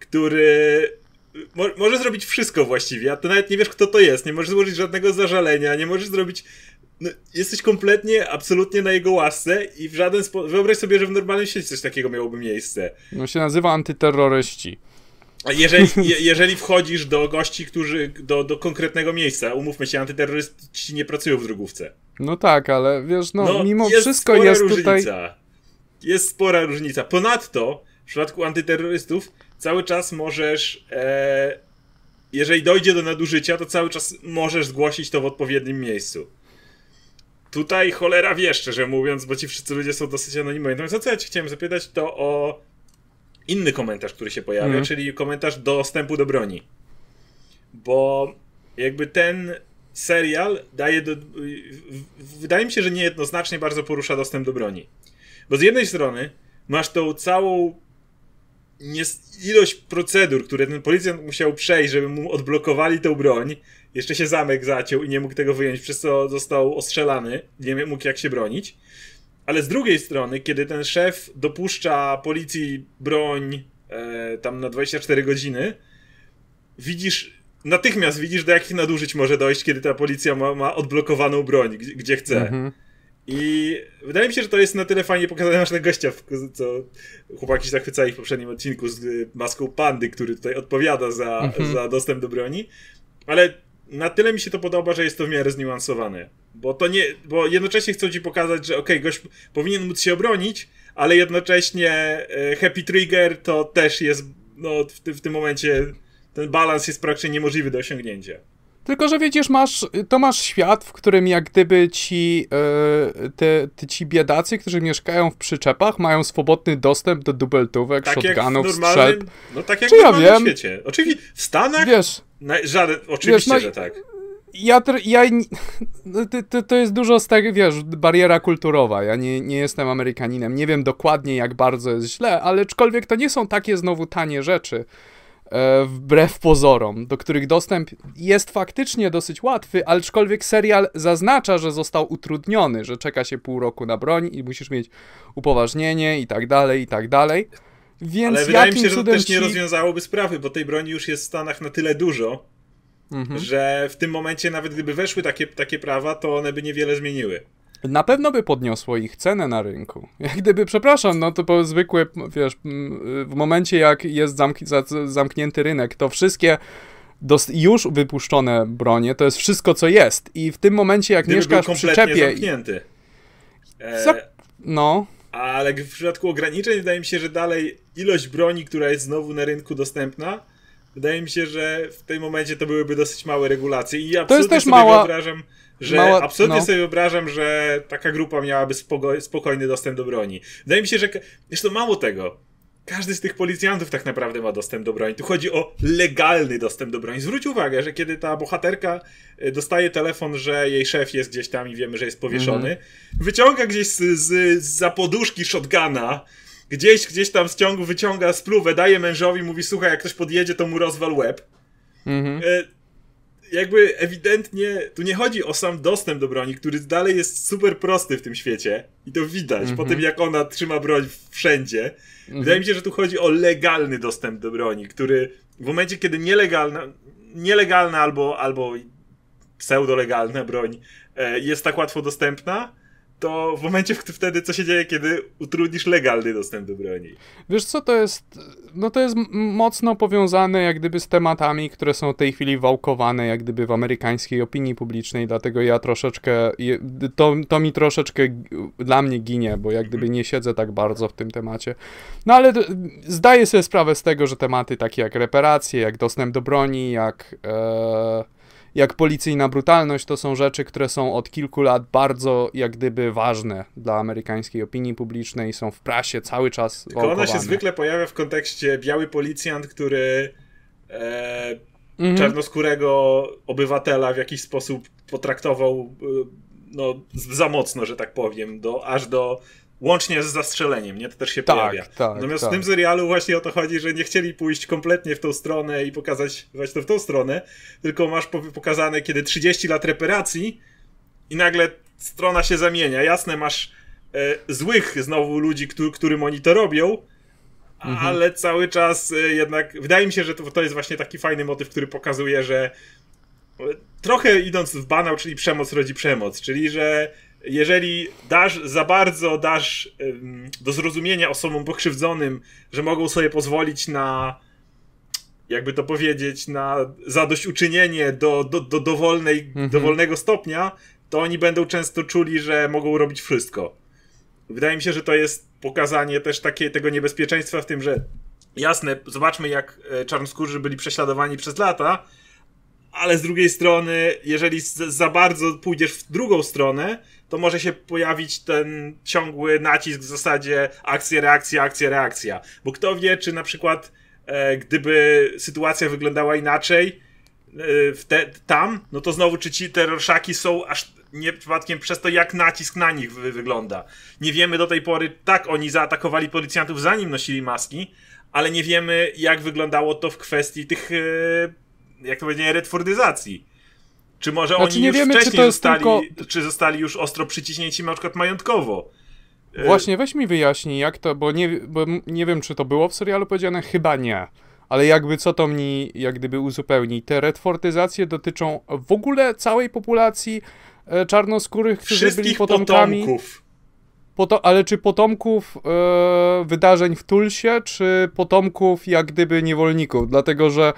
który mo- może zrobić wszystko właściwie, a ty nawet nie wiesz, kto to jest, nie możesz złożyć żadnego zażalenia, nie możesz zrobić... No, jesteś kompletnie, absolutnie na jego łasce i w żaden sposób... Wyobraź sobie, że w normalnym świecie coś takiego miałoby miejsce. No się nazywa antyterroryści. A jeżeli, je, jeżeli wchodzisz do gości, którzy do, do konkretnego miejsca, umówmy się, antyterroryści nie pracują w drogówce. No tak, ale wiesz, no, no mimo jest wszystko jest różnica. tutaj... Jest spora różnica. Ponadto, w przypadku antyterrorystów, cały czas możesz, e, jeżeli dojdzie do nadużycia, to cały czas możesz zgłosić to w odpowiednim miejscu. tutaj cholera wie, szczerze mówiąc, bo ci wszyscy ludzie są dosyć anonimowi. Natomiast o co ja cię chciałem zapytać, to o inny komentarz, który się pojawia, mm. czyli komentarz dostępu do broni. Bo jakby ten serial daje do... Wydaje mi się, że niejednoznacznie bardzo porusza dostęp do broni. Bo z jednej strony masz tą całą ilość procedur, które ten policjant musiał przejść, żeby mu odblokowali tą broń. Jeszcze się zamek zaciął i nie mógł tego wyjąć, przez co został ostrzelany. Nie mógł jak się bronić. Ale z drugiej strony, kiedy ten szef dopuszcza policji broń e, tam na dwadzieścia cztery godziny, widzisz, natychmiast widzisz, do jakich nadużyć może dojść, kiedy ta policja ma, ma odblokowaną broń, gdzie, gdzie chce. Mhm. I wydaje mi się, że to jest na tyle fajnie pokazane, masz na gościa, co chłopaki się zachwycali w poprzednim odcinku z maską pandy, który tutaj odpowiada za, mhm. za dostęp do broni. Ale na tyle mi się to podoba, że jest to w miarę zniuansowane. Bo to nie, bo jednocześnie chcą ci pokazać, że okej, okay, gość powinien móc się obronić, ale jednocześnie e, Happy Trigger to też jest, no w, ty, w tym momencie ten balans jest praktycznie niemożliwy do osiągnięcia. Tylko, że widzisz, masz, to masz świat, w którym jak gdyby ci, yy, te, te ci biedacy, którzy mieszkają w przyczepach, mają swobodny dostęp do dubeltówek, tak shotgunów, strzelb. No tak jak w normalnym ja wiem, świecie. Oczywiście w Stanach wiesz, na, żaden, oczywiście, wiesz, no, że tak. Ja, ja, to, to jest dużo z tego, wiesz, bariera kulturowa. Ja nie, nie jestem Amerykaninem, nie wiem dokładnie jak bardzo jest źle, ale aczkolwiek to nie są takie znowu tanie rzeczy. Wbrew pozorom, do których dostęp jest faktycznie dosyć łatwy, ale aczkolwiek serial zaznacza, że został utrudniony, że czeka się pół roku na broń i musisz mieć upoważnienie i tak dalej, i tak dalej. Więc ale wydaje mi się, że to też ci... nie rozwiązałoby sprawy, bo tej broni już jest w Stanach na tyle dużo, mhm. że w tym momencie nawet gdyby weszły takie, takie prawa, to one by niewiele zmieniły. Na pewno by podniosło ich cenę na rynku. Jak gdyby, przepraszam, no to po zwykłe, wiesz, w momencie jak jest zamk- zamknięty rynek, to wszystkie dos- już wypuszczone bronie, to jest wszystko, co jest. I w tym momencie, jak gdyby mieszkasz był w przyczepie... zamknięty. E... Za... No. Ale w przypadku ograniczeń wydaje mi się, że dalej ilość broni, która jest znowu na rynku dostępna, wydaje mi się, że w tym momencie to byłyby dosyć małe regulacje. I absolutnie to jest też sobie mała... wyobrażam... Że Mała, absolutnie no. sobie wyobrażam, że taka grupa miałaby spoko- spokojny dostęp do broni. Wydaje mi się, że... Zresztą mało tego. Każdy z tych policjantów tak naprawdę ma dostęp do broni. Tu chodzi o legalny dostęp do broni. Zwróć uwagę, że kiedy ta bohaterka dostaje telefon, że jej szef jest gdzieś tam i wiemy, że jest powieszony, mm-hmm. wyciąga gdzieś z, z, za poduszki shotguna, gdzieś, gdzieś tam z ciągu wyciąga spluwę, daje mężowi, mówi, słuchaj, jak ktoś podjedzie, to mu rozwal łeb. Mm-hmm. E- Jakby ewidentnie tu nie chodzi o sam dostęp do broni, który dalej jest super prosty w tym świecie i to widać mm-hmm. po tym, jak ona trzyma broń wszędzie. Mm-hmm. Wydaje mi się, że tu chodzi o legalny dostęp do broni, który w momencie, kiedy nielegalna, nielegalna albo, albo pseudolegalna broń e, jest tak łatwo dostępna, to w momencie wtedy co się dzieje, kiedy utrudnisz legalny dostęp do broni. Wiesz co, to jest, no to jest mocno powiązane jak gdyby z tematami, które są w tej chwili wałkowane jak gdyby w amerykańskiej opinii publicznej, dlatego ja troszeczkę, to, to mi troszeczkę dla mnie ginie, bo jak gdyby nie siedzę tak bardzo w tym temacie. No ale zdaję sobie sprawę z tego, że tematy takie jak reparacje, jak dostęp do broni, jak... E, jak policyjna brutalność, to są rzeczy, które są od kilku lat bardzo, jak gdyby, ważne dla amerykańskiej opinii publicznej, są w prasie cały czas Tylko wałkowane. Ona się zwykle pojawia w kontekście biały policjant, który e, mhm. czarnoskórego obywatela w jakiś sposób potraktował no, za mocno, że tak powiem, do, aż do... Łącznie z zastrzeleniem, nie? To też się tak, pojawia. Tak, Natomiast tak. w tym serialu właśnie o to chodzi, że nie chcieli pójść kompletnie w tą stronę i pokazać właśnie to w tą stronę, tylko masz pokazane, kiedy trzydzieści lat reparacji i nagle strona się zamienia. Jasne, masz e, złych znowu ludzi, którzy, którym oni to robią, mhm. ale cały czas e, jednak... Wydaje mi się, że to, to jest właśnie taki fajny motyw, który pokazuje, że e, trochę idąc w banał, czyli przemoc rodzi przemoc, czyli że jeżeli dasz za bardzo dasz ym, do zrozumienia osobom pokrzywdzonym, że mogą sobie pozwolić na, jakby to powiedzieć, na zadośćuczynienie do, do, do, dowolnej, mhm. dowolnego stopnia, to oni będą często czuli, że mogą robić wszystko. Wydaje mi się, że to jest pokazanie też takie, tego niebezpieczeństwa w tym, że jasne, zobaczmy jak czarnoskórzy byli prześladowani przez lata, ale z drugiej strony, jeżeli za bardzo pójdziesz w drugą stronę, to może się pojawić ten ciągły nacisk w zasadzie akcja, reakcja, akcja, reakcja. Bo kto wie, czy na przykład e, gdyby sytuacja wyglądała inaczej e, w te, tam, no to znowu czy ci terrorszaki są aż nie przypadkiem przez to, jak nacisk na nich wy, wygląda. Nie wiemy do tej pory, tak oni zaatakowali policjantów zanim nosili maski, ale nie wiemy, jak wyglądało to w kwestii tych, e, jak to powiedzieć, redfordyzacji. Czy może znaczy, oni nie już wiemy, wcześniej czy to zostali, tylko... czy zostali już ostro przyciśnięci na przykład majątkowo? Właśnie, weź mi wyjaśnij, jak to, bo nie, bo nie wiem, czy to było w serialu powiedziane, chyba nie. Ale jakby co to mi, jak gdyby uzupełni. Te redfortyzacje dotyczą w ogóle całej populacji e, czarnoskórych, którzy wszystkich byli potomkami. Potomków. Poto- ale czy potomków e, wydarzeń w Tulsie, czy potomków jak gdyby niewolników? Dlatego, że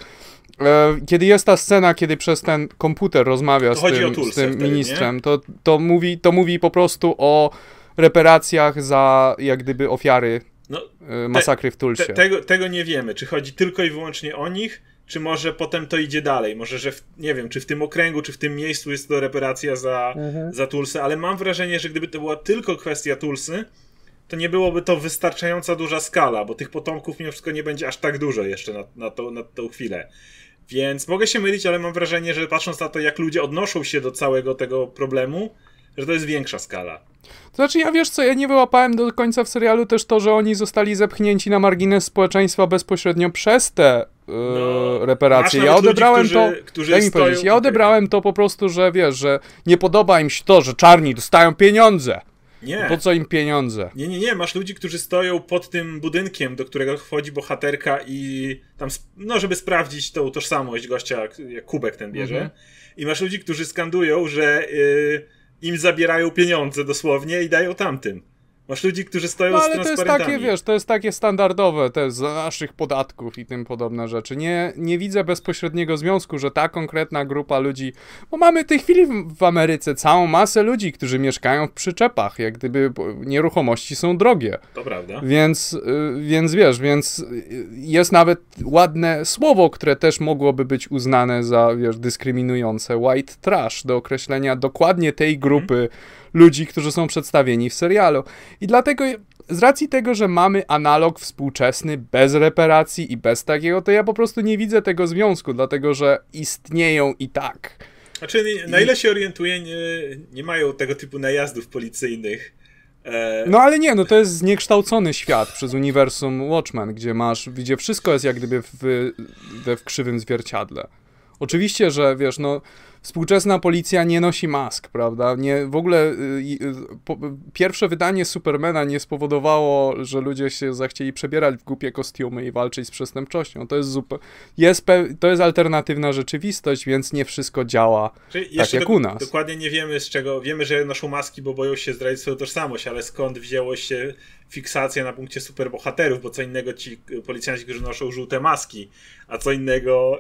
e, kiedy jest ta scena, kiedy przez ten komputer rozmawia z tym, Tulsę, z tym wtedy, ministrem, to, to, mówi, to mówi po prostu o reparacjach za jak gdyby ofiary no, e, masakry w Tulsie. Te, tego, tego nie wiemy, czy chodzi tylko i wyłącznie o nich, czy może potem to idzie dalej. Może, że w, nie wiem, czy w tym okręgu, czy w tym miejscu jest to reparacja za, mhm. za Tulsę, ale mam wrażenie, że gdyby to była tylko kwestia Tulsy, to nie byłoby to wystarczająca duża skala, bo tych potomków mimo wszystko nie będzie aż tak dużo jeszcze na, na, to, na tą chwilę. Więc mogę się mylić, ale mam wrażenie, że patrząc na to, jak ludzie odnoszą się do całego tego problemu, że to jest większa skala. To znaczy, ja wiesz co, ja nie wyłapałem do końca w serialu też to, że oni zostali zepchnięci na margines społeczeństwa bezpośrednio przez te yy, no, reparacje. Ja odebrałem ludzi, którzy, to, którzy daj mi powiedzieć, ja odebrałem to po prostu, że wiesz, że nie podoba im się to, że czarni dostają pieniądze. Nie. Po co im pieniądze? Nie, nie, nie. Masz ludzi, którzy stoją pod tym budynkiem, do którego wchodzi bohaterka i tam, no żeby sprawdzić tą tożsamość gościa, jak kubek ten bierze. Mhm. I masz ludzi, którzy skandują, że yy, im zabierają pieniądze dosłownie i dają tamtym. Masz ludzi, którzy stoją no, z ale transparentami. To jest takie, wiesz, to jest takie standardowe, te z naszych podatków i tym podobne rzeczy. Nie, nie widzę bezpośredniego związku, że ta konkretna grupa ludzi, bo mamy w tej chwili w, w Ameryce całą masę ludzi, którzy mieszkają w przyczepach, jak gdyby nieruchomości są drogie. To prawda. Więc, więc wiesz, więc jest nawet ładne słowo, które też mogłoby być uznane za, wiesz, dyskryminujące. White trash, do określenia dokładnie tej grupy hmm. ludzi, którzy są przedstawieni w serialu. I dlatego, z racji tego, że mamy analog współczesny, bez reparacji i bez takiego, to ja po prostu nie widzę tego związku, dlatego, że istnieją i tak. Znaczy, na ile się orientuję, nie, nie mają tego typu najazdów policyjnych. E... No ale nie, no to jest zniekształcony świat przez uniwersum Watchmen, gdzie masz, gdzie wszystko jest jak gdyby w, w, w krzywym zwierciadle. Oczywiście, że wiesz, no współczesna policja nie nosi mask, prawda? Nie, w ogóle y, y, po, pierwsze wydanie Supermana nie spowodowało, że ludzie się zachcieli przebierać w głupie kostiumy i walczyć z przestępczością. To jest zupełnie, jest pe- to jest alternatywna rzeczywistość, więc nie wszystko działa Czyli tak jak do, u nas. Dokładnie nie wiemy z czego, wiemy, że noszą maski, bo boją się zdradzić swoją tożsamość, ale skąd wzięło się fiksacja na punkcie superbohaterów, bo co innego ci policjanci, którzy noszą żółte maski, a co innego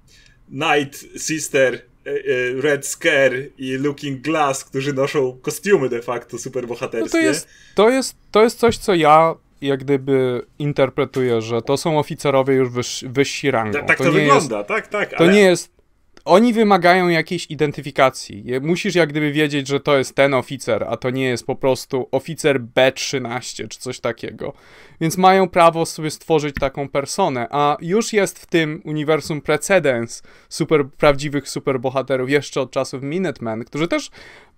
Night Sister, Red Scare i Looking Glass, którzy noszą kostiumy de facto superbohaterskie. No to jest, to jest, to jest coś, co ja jak gdyby interpretuję, że to są oficerowie już wyż, wyżsi rangą. Tak, tak to, to wygląda, jest, tak, tak. To ale... nie jest... Oni wymagają jakiejś identyfikacji. Musisz jak gdyby wiedzieć, że to jest ten oficer, a to nie jest po prostu oficer B trzynaście czy coś takiego. Więc mają prawo sobie stworzyć taką personę, a już jest w tym uniwersum precedens super, prawdziwych superbohaterów jeszcze od czasów Minutemen, którzy też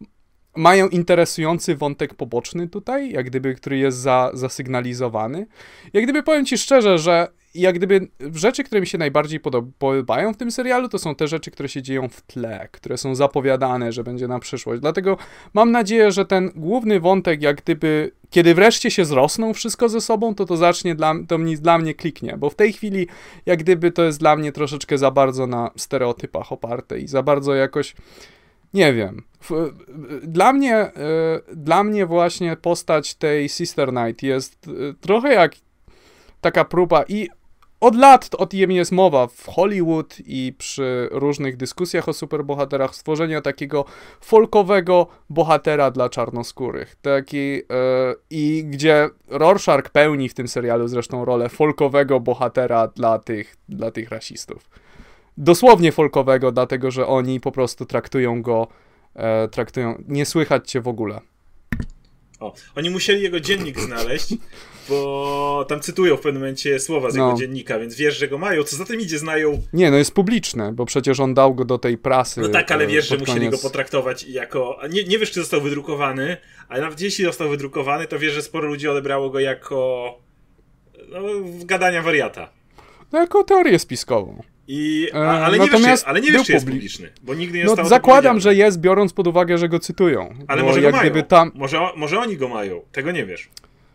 mają interesujący wątek poboczny tutaj, jak gdyby, który jest za, zasygnalizowany. Jak gdyby powiem ci szczerze, że jak gdyby rzeczy, które mi się najbardziej podob- podobają w tym serialu, to są te rzeczy, które się dzieją w tle, które są zapowiadane, że będzie na przyszłość. Dlatego mam nadzieję, że ten główny wątek, jak gdyby, kiedy wreszcie się zrosną wszystko ze sobą, to to zacznie, dla, to mnie, dla mnie kliknie, bo w tej chwili, jak gdyby, to jest dla mnie troszeczkę za bardzo na stereotypach oparte i za bardzo jakoś nie wiem. Dla mnie, dla mnie właśnie postać tej Sister Night jest trochę jak taka próba i od lat o tym jest mowa w Hollywood i przy różnych dyskusjach o superbohaterach stworzenia takiego folkowego bohatera dla czarnoskórych. Taki, i gdzie Rorschach pełni w tym serialu zresztą rolę folkowego bohatera dla tych, dla tych rasistów. dosłownie folkowego, dlatego że oni po prostu traktują go, e, traktują, nie słychać cię w ogóle. O, oni musieli jego dziennik znaleźć, bo tam cytują w pewnym momencie słowa z No. jego dziennika, więc wiesz, że go mają. Co za tym idzie, znają... Nie, no jest publiczne, bo przecież on dał go do tej prasy. No tak, ale e, wiesz, że pod musieli koniec... go potraktować jako... Nie, nie wiesz, czy został wydrukowany, ale nawet jeśli został wydrukowany, to wiesz, że sporo ludzi odebrało go jako... No, gadania wariata. No jako teorię spiskową. I, a, E, ale, nie wiesz, czy, ale nie był wiesz, czy jest publi- publiczny, bo nigdy nie No zostało zakładam, to że jest, biorąc pod uwagę, że go cytują. Ale bo może jak go mają. gdyby tam... Może, może oni go mają. Tego nie wiesz.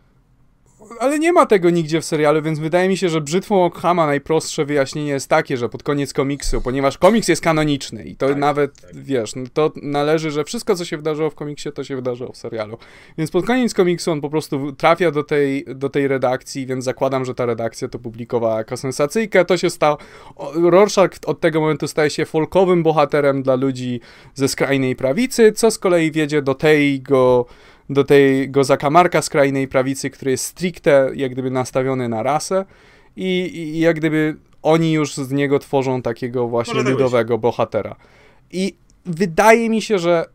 Ale nie ma tego nigdzie w serialu, więc wydaje mi się, że brzytwą Ockhama najprostsze wyjaśnienie jest takie, że pod koniec komiksu, ponieważ komiks jest kanoniczny i to Tak, nawet, tak. wiesz, no to należy, że wszystko, co się wydarzyło w komiksie, to się wydarzyło w serialu. Więc pod koniec komiksu on po prostu trafia do tej, do tej redakcji, więc zakładam, że ta redakcja to publikowała jako sensacyjkę. To się stało... o, Rorschach od tego momentu staje się folkowym bohaterem dla ludzi ze skrajnej prawicy, co z kolei wiedzie do tego... do tego zakamarka skrajnej prawicy, który jest stricte jak gdyby nastawiony na rasę i, i jak gdyby oni już z niego tworzą takiego właśnie Może tak ludowego bohatera. I wydaje mi się, że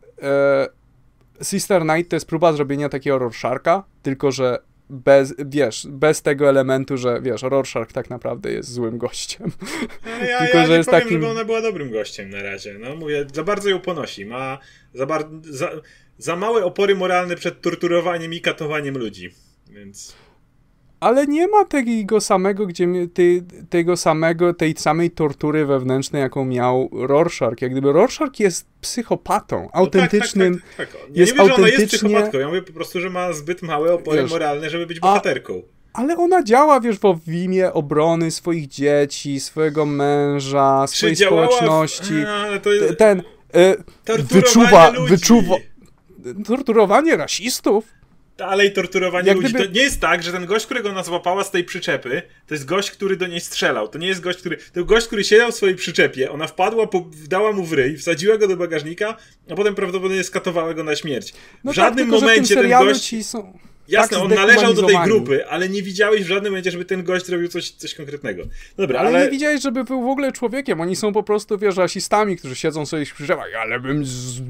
e, Sister Night to jest próba zrobienia takiego Rorschacha, tylko że bez, wiesz, bez tego elementu, że wiesz, Rorschach tak naprawdę jest złym gościem. No, ja Tylko, ja że nie jest powiem, takim... żeby ona była dobrym gościem na razie. No mówię, za bardzo ją ponosi. Ma za, bar... za, za małe opory moralne przed torturowaniem i katowaniem ludzi. Więc... Ale nie ma tego samego, gdzie mi- ty, tego samego, tej samej tortury wewnętrznej, jaką miał Rorschach. Jak gdyby Rorschach jest psychopatą, No autentycznym. tak, tak, tak, tak. Nie, jest nie mówię, że ona jest autentycznie- psychopatką. Ja mówię po prostu, że ma zbyt małe opory Wiesz, moralne, żeby być a- bohaterką. Ale ona działa, wiesz, w imię obrony swoich dzieci, swojego męża, swojej Czy działała w- społeczności. A, ale to T- jest... Ten e, Torturowanie wyczuwa, ludzi. wyczuwa. Torturowanie rasistów? Dalej torturowanie Jak ludzi. gdyby- To nie jest tak, że ten gość, którego ona złapała z tej przyczepy, to jest gość, który do niej strzelał. To nie jest gość, który... To gość, który siedział w swojej przyczepie, ona wpadła, po... dała mu w ryj, wsadziła go do bagażnika, a potem prawdopodobnie skatowała go na śmierć. No w żadnym tak, tylko, momencie że w tym ten serialu gość... ci są... Jasne, tak on należał do tej zdehumanizowani. grupy, ale nie widziałeś w żadnym momencie, żeby ten gość robił coś, coś konkretnego. Dobra, Ale, ale... nie widziałeś, żeby był w ogóle człowiekiem. Oni są po prostu, wiesz, rasistami, którzy siedzą sobie w krzyżach, ale bym z...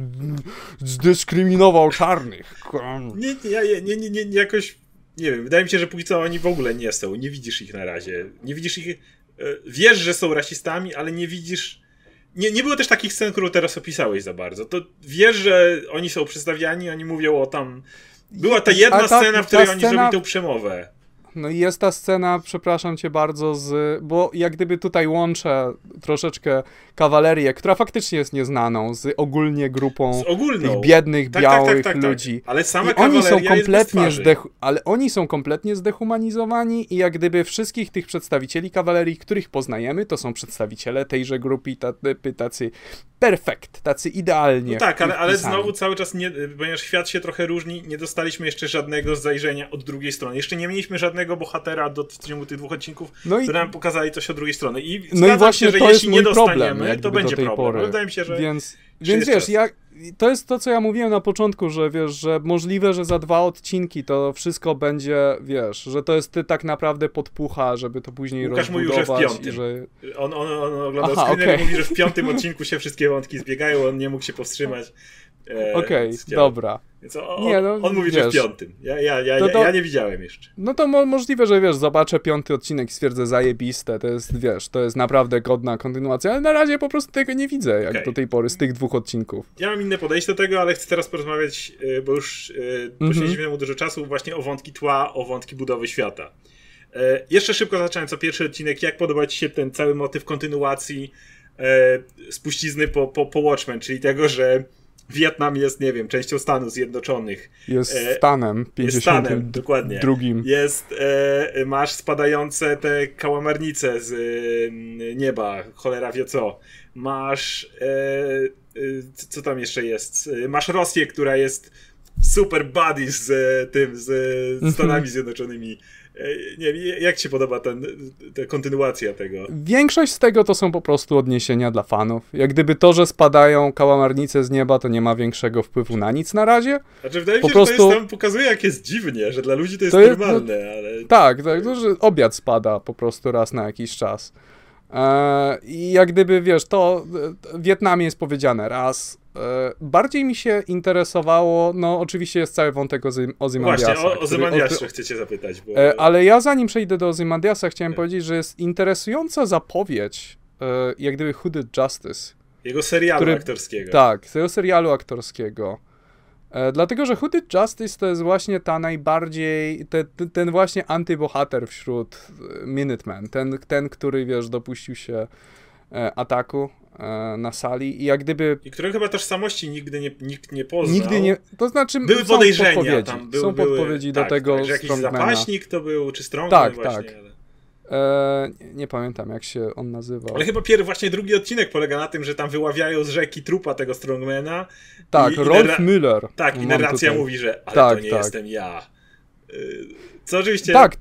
zdyskryminował czarnych. Nie, nie, ja- nie, nie, nie, nie, jakoś... Nie wiem, wydaje mi się, że póki co oni w ogóle nie są. Nie widzisz ich na razie. Nie widzisz ich... e, Wiesz, że są rasistami, ale nie widzisz... Nie, nie było też takich scen, które teraz opisałeś za bardzo. To wiesz, że oni są przedstawiani, oni mówią o tam... Była ta jedna A ta- scena, w ta której oni scena- zrobili tą przemowę. No i jest ta scena, przepraszam cię bardzo, z, bo jak gdyby tutaj łączę troszeczkę kawalerię, która faktycznie jest nieznaną, z ogólnie grupą Z ogólną. tych biednych, Tak, tak, tak, białych tak, tak. ludzi. Ale sama I oni są kawaleria jest bez kompletnie twarzy. zdech... ale oni są kompletnie zdehumanizowani i jak gdyby wszystkich tych przedstawicieli kawalerii, których poznajemy, to są przedstawiciele tejże grupy, tacy, tacy perfekt, tacy idealnie. No tak, ale, ale wpisani. znowu cały czas, nie, ponieważ świat się trochę różni, nie dostaliśmy jeszcze żadnego zajrzenia od drugiej strony. Jeszcze nie mieliśmy żadnego bohatera do, w ciągu tych dwóch odcinków, No i- które nam pokazali coś od drugiej strony. I No zgadzam i właśnie się, że to jest jeśli mój nie problem, dostaniemy, jak to gdyby będzie do tej problem. pory. Ale wydaje mi się, że... Więc, że więc jest wiesz, czas. ja, to jest to, co ja mówiłem na początku, że wiesz, że możliwe, że za dwa odcinki to wszystko będzie, wiesz, że to jest ty tak naprawdę podpucha, żeby to później Łukasz mówił, że w rozbudować piątym. i że... On, on, on oglądał Aha, screener okej. i mówi, że w piątym odcinku się wszystkie wątki zbiegają, on nie mógł się powstrzymać. E, Okej, więc chciał- dobra. Więc on, Nie, no, on mówi, że w wiesz. piątym. Ja, ja, ja, To ja, to- ja nie widziałem jeszcze. No to mo możliwe, że wiesz, zobaczę piąty odcinek i stwierdzę zajebiste, to jest, wiesz, to jest naprawdę godna kontynuacja, ale na razie po prostu tego nie widzę, jak Okej. do tej pory, z tych dwóch odcinków. Ja mam inne podejście do tego, ale chcę teraz porozmawiać, y, bo już y, poświęciliśmy temu dużo czasu, właśnie o wątki tła, o wątki budowy świata. Y, Jeszcze szybko zaczynając o pierwszy odcinek, jak podoba ci się ten cały motyw kontynuacji y, spuścizny po, po, po Watchmen, czyli tego, że Wietnam jest, nie wiem, częścią Stanów Zjednoczonych. Jest E, stanem Jest pięćdziesiątym Stanem, dokładnie. drugim. Jest, e, masz spadające te kałamarnice z e, nieba, cholera wie co. Masz, e, e, co tam jeszcze jest? E, Masz Rosję, która jest super buddy z e, tym, z e, Stanami Zjednoczonymi. E, nie wiem, jak ci się podoba ten, ta kontynuacja tego? Większość z tego to są po prostu odniesienia dla fanów. Jak gdyby to, że spadają kałamarnice z nieba, to nie ma większego wpływu na nic na razie. Znaczy, wydaje mi Po się, prostu- że to jest tam, pokazuje jak jest dziwnie, że dla ludzi to jest To jest- normalne, ale... Tak, tak, to, że obiad spada po prostu raz na jakiś czas. I jak gdyby, wiesz, to w Wietnamie jest powiedziane raz. Bardziej mi się interesowało, no oczywiście jest cały wątek Ozymandiasa. Właśnie, o Ozymandiasze chcecie zapytać. Bo... Ale ja zanim przejdę do Ozymandiasa, chciałem powiedzieć, że jest interesująca zapowiedź, jak gdyby Who Did Justice. Jego serialu który, aktorskiego. Tak, jego serialu aktorskiego. E, dlatego, że Who Did Justice to jest właśnie ta najbardziej, te, ten właśnie antybohater wśród Minutemen. Ten, ten, który, wiesz, dopuścił się e, ataku e, na sali i jak gdyby... I którego chyba tożsamości nigdy nie, nikt nie poznał. Nigdy nie, to znaczy były są podejrzenia podpowiedzi, tam. Były, są podpowiedzi były, do tak, tego tak, że jakiś Strongmana. zapaśnik to był, czy Strongman tak, właśnie. Tak, ale... E, nie, nie pamiętam, jak się on nazywał. Ale chyba pier, właśnie drugi odcinek polega na tym, że tam wyławiają z rzeki trupa tego Strongmana. Tak, i, Rolf i Müller. Tak, i narracja mówi, że ale tak, to nie tak. jestem ja. Co oczywiście... Tak.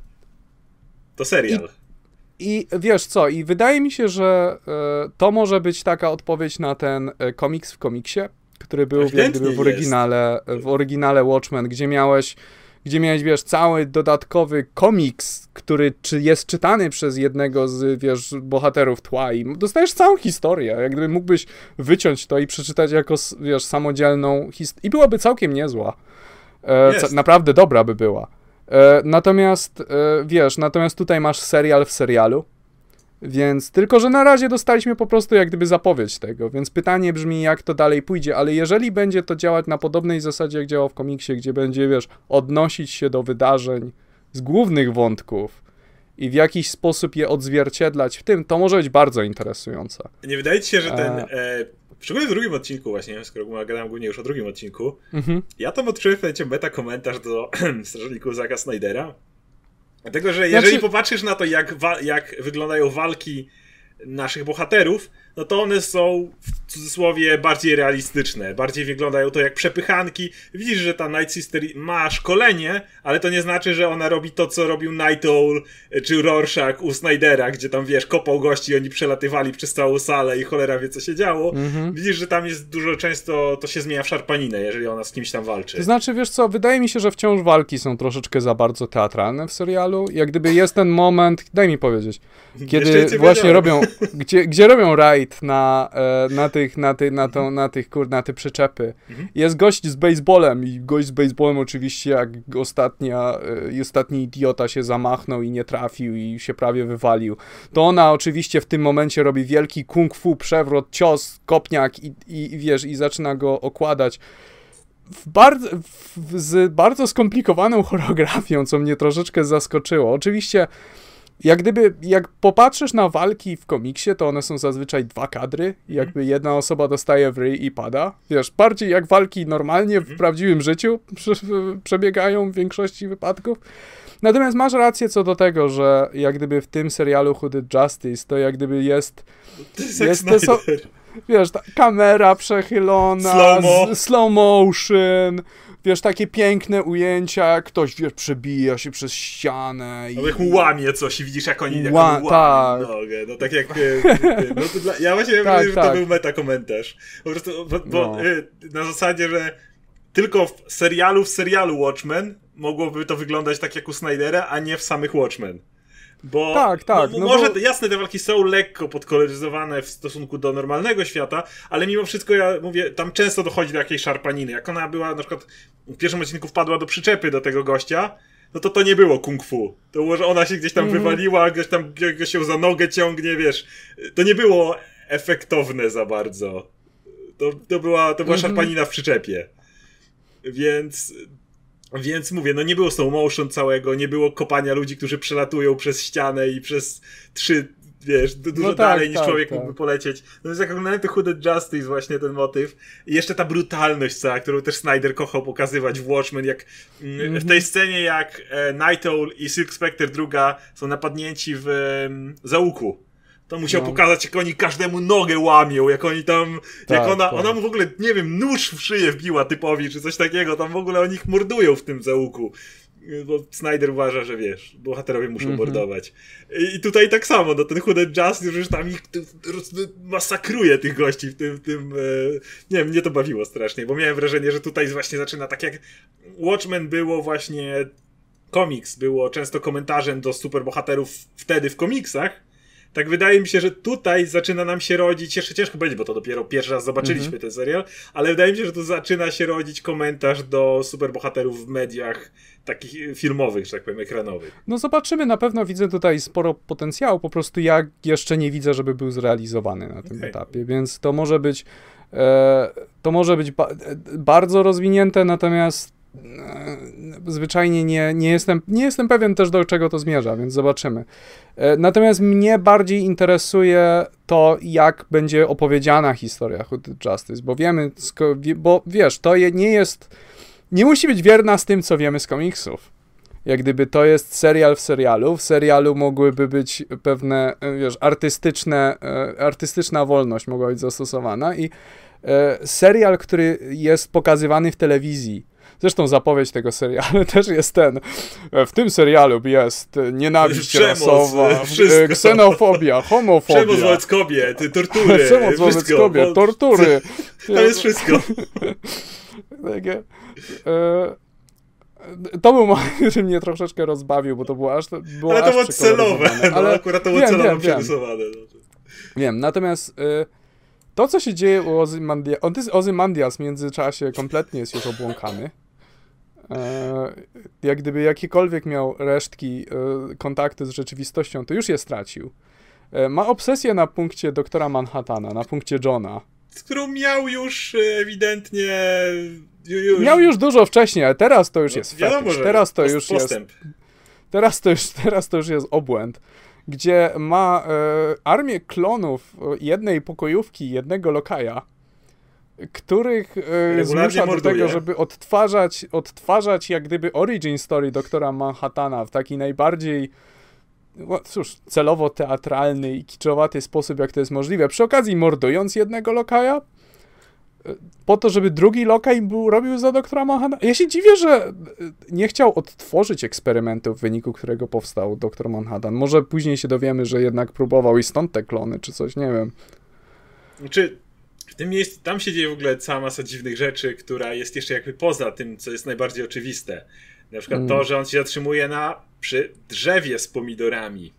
To serial. I, I wiesz co, i wydaje mi się, że e, to może być taka odpowiedź na ten e, komiks w komiksie, który był jak gdyby w oryginale, w oryginale Watchmen, gdzie miałeś gdzie miałeś, wiesz, cały dodatkowy komiks, który czy jest czytany przez jednego z, wiesz, bohaterów tła i dostajesz całą historię. Jak gdyby mógłbyś wyciąć to i przeczytać jako, wiesz, samodzielną historię. I byłaby całkiem niezła. E, ca- naprawdę dobra by była. E, natomiast, e, wiesz, natomiast tutaj masz serial w serialu, więc tylko, że na razie dostaliśmy po prostu jak gdyby zapowiedź tego, więc pytanie brzmi, jak to dalej pójdzie, ale jeżeli będzie to działać na podobnej zasadzie, jak działało w komiksie, gdzie będzie, wiesz, odnosić się do wydarzeń z głównych wątków i w jakiś sposób je odzwierciedlać w tym, to może być bardzo interesujące. Nie wydaje ci się, że ten, e... E, szczególnie w drugim odcinku właśnie, skoro gadałem głównie już o drugim odcinku, mhm. ja tam odczułem w pewnym meta komentarz do strażników Zacka Snydera. Dlatego, że jeżeli znaczy... popatrzysz na to, jak, wa- jak wyglądają walki naszych bohaterów, no to one są w cudzysłowie bardziej realistyczne, bardziej wyglądają to jak przepychanki. Widzisz, że ta Night Sister ma szkolenie, ale to nie znaczy, że ona robi to, co robił Night Owl czy Rorschach u Snydera, gdzie tam, wiesz, kopał gości i oni przelatywali przez całą salę i cholera wie, co się działo. Mm-hmm. Widzisz, że tam jest dużo, często to się zmienia w szarpaninę, jeżeli ona z kimś tam walczy. To znaczy, wiesz co, wydaje mi się, że wciąż walki są troszeczkę za bardzo teatralne w serialu. Jak gdyby jest ten moment, daj mi powiedzieć, kiedy właśnie robią, gdzie, gdzie robią raid na, na tych, na, ty, na, tą, na tych, kur, na te przyczepy. Mhm. Jest gość z baseballem i gość z baseballem oczywiście jak ostatnia, y, ostatni idiota się zamachnął i nie trafił i się prawie wywalił. To ona oczywiście w tym momencie robi wielki kung fu, przewrot, cios, kopniak i, i, i wiesz, i zaczyna go okładać. W bardzo, w, z bardzo skomplikowaną choreografią, co mnie troszeczkę zaskoczyło. Oczywiście jak gdyby, jak popatrzysz na walki w komiksie, to one są zazwyczaj dwa kadry, jakby jedna osoba dostaje w ryj i pada. Wiesz, bardziej jak walki normalnie w prawdziwym życiu prze, przebiegają w większości wypadków. Natomiast masz rację co do tego, że jak gdyby w tym serialu Who Did Justice, to jak gdyby jest... To jest, jest to, wiesz, ta kamera przechylona, slow-mo. z, slow motion, wiesz, takie piękne ujęcia, jak ktoś, wiesz, przebija się przez ścianę. No jak mu łamie coś i widzisz, jak oni jak Ła- łamie tak. nogę. No tak jak... No to dla, ja właśnie tak, wiem, że tak. to był metakomentarz. Po prostu, bo, bo no. na zasadzie, że tylko w serialu w serialu Watchmen mogłoby to wyglądać tak jak u Snydera, a nie w samych Watchmen. Bo tak, tak, no, no może, bo... jasne, te walki są lekko podkoloryzowane w stosunku do normalnego świata, ale mimo wszystko ja mówię, tam często dochodzi do jakiejś szarpaniny. Jak ona była, na przykład w pierwszym odcinku wpadła do przyczepy do tego gościa, no to to nie było kung fu. To było, że ona się gdzieś tam mm. wywaliła, gdzieś tam gdzieś się za nogę ciągnie, wiesz. To nie było efektowne za bardzo. To, to była, to była mm-hmm. szarpanina w przyczepie. Więc... Więc mówię, no nie było slow motion całego, nie było kopania ludzi, którzy przelatują przez ścianę i przez trzy, wiesz, dużo no tak, dalej niż tak, człowiek tak. mógłby polecieć. No więc jak oglądałem to Who Did Justice właśnie ten motyw i jeszcze ta brutalność cała, którą też Snyder kochał pokazywać w Watchmen, jak mm-hmm. w tej scenie jak e, Night Owl i Silk Spectre druga są napadnięci w e, załuku. To musiał no. pokazać, jak oni każdemu nogę łamią, jak oni tam, tak, jak ona, tak. ona mu w ogóle, nie wiem, nóż w szyję wbiła typowi, czy coś takiego, tam w ogóle oni ich mordują w tym załuku. Bo Snyder uważa, że wiesz, bohaterowie muszą mm-hmm. mordować. I, I tutaj tak samo, no ten Who Did Justice już tam ich masakruje tych gości w tym, w tym e, nie wiem, mnie to bawiło strasznie, bo miałem wrażenie, że tutaj właśnie zaczyna tak jak Watchmen było właśnie, komiks było często komentarzem do superbohaterów wtedy w komiksach, tak wydaje mi się, że tutaj zaczyna nam się rodzić, jeszcze ciężko powiedzieć, bo to dopiero pierwszy raz zobaczyliśmy mm-hmm. ten serial, ale wydaje mi się, że tu zaczyna się rodzić komentarz do superbohaterów w mediach takich filmowych, że tak powiem, ekranowych. No zobaczymy, na pewno widzę tutaj sporo potencjału, po prostu ja jeszcze nie widzę, żeby był zrealizowany na tym okay. etapie, więc to może być e, to może być ba- bardzo rozwinięte, natomiast e, zwyczajnie nie, nie, jestem, nie jestem pewien też, do czego to zmierza, więc zobaczymy. E, natomiast mnie bardziej interesuje to, jak będzie opowiedziana historia Hooded Justice, bo wiemy, bo wiesz, to nie jest nie musi być wierna z tym, co wiemy z komiksów. Jak gdyby to jest serial w serialu, w serialu mogłyby być pewne, wiesz, artystyczne, artystyczna wolność mogła być zastosowana i e, serial, który jest pokazywany w telewizji, zresztą zapowiedź tego serialu też jest ten, w tym serialu jest nienawiść przemoc, rasowa, wszystko. Ksenofobia, homofobia. Przemoc wobec kobiet, tortury. Przemoc wobec kobiet, tortury. To jest wszystko. Takie, e, to był moment, który mnie troszeczkę rozbawił, bo to było aż było Ale to aż było celowe, no, ale akurat to było wiem, celowo wiem, przerysowane. Wiem, wiem. Natomiast e, to, co się dzieje u Ozymandiasa, Ozymandias w międzyczasie kompletnie jest już obłąkany. E, jak gdyby jakiekolwiek miał resztki e, kontaktu z rzeczywistością, to już je stracił. E, ma obsesję na punkcie doktora Manhattana, na punkcie Johna. Z którą miał już ewidentnie... Już... Miał już dużo wcześniej, ale teraz to już no, jest wiadomo, fetysz. że Teraz to post, już postęp. jest... Teraz to, już, teraz to już jest obłęd, gdzie ma e, armię klonów jednej pokojówki, jednego lokaja, których e, zmusza do tego, żeby odtwarzać, odtwarzać jak gdyby origin story doktora Manhattana w taki najbardziej no, cóż, celowo teatralny i kiczowaty sposób, jak to jest możliwe. Przy okazji mordując jednego lokaja, po to, żeby drugi lokaj był, robił za doktora Manhattana. Ja się dziwię, że nie chciał odtworzyć eksperymentu, w wyniku którego powstał doktor Manhattan. Może później się dowiemy, że jednak próbował i stąd te klony, czy coś, nie wiem. Znaczy, w tym miejscu, tam się dzieje w ogóle cała masa dziwnych rzeczy, która jest jeszcze jakby poza tym, co jest najbardziej oczywiste. Na przykład mm. to, że on się zatrzymuje na przy drzewie z pomidorami.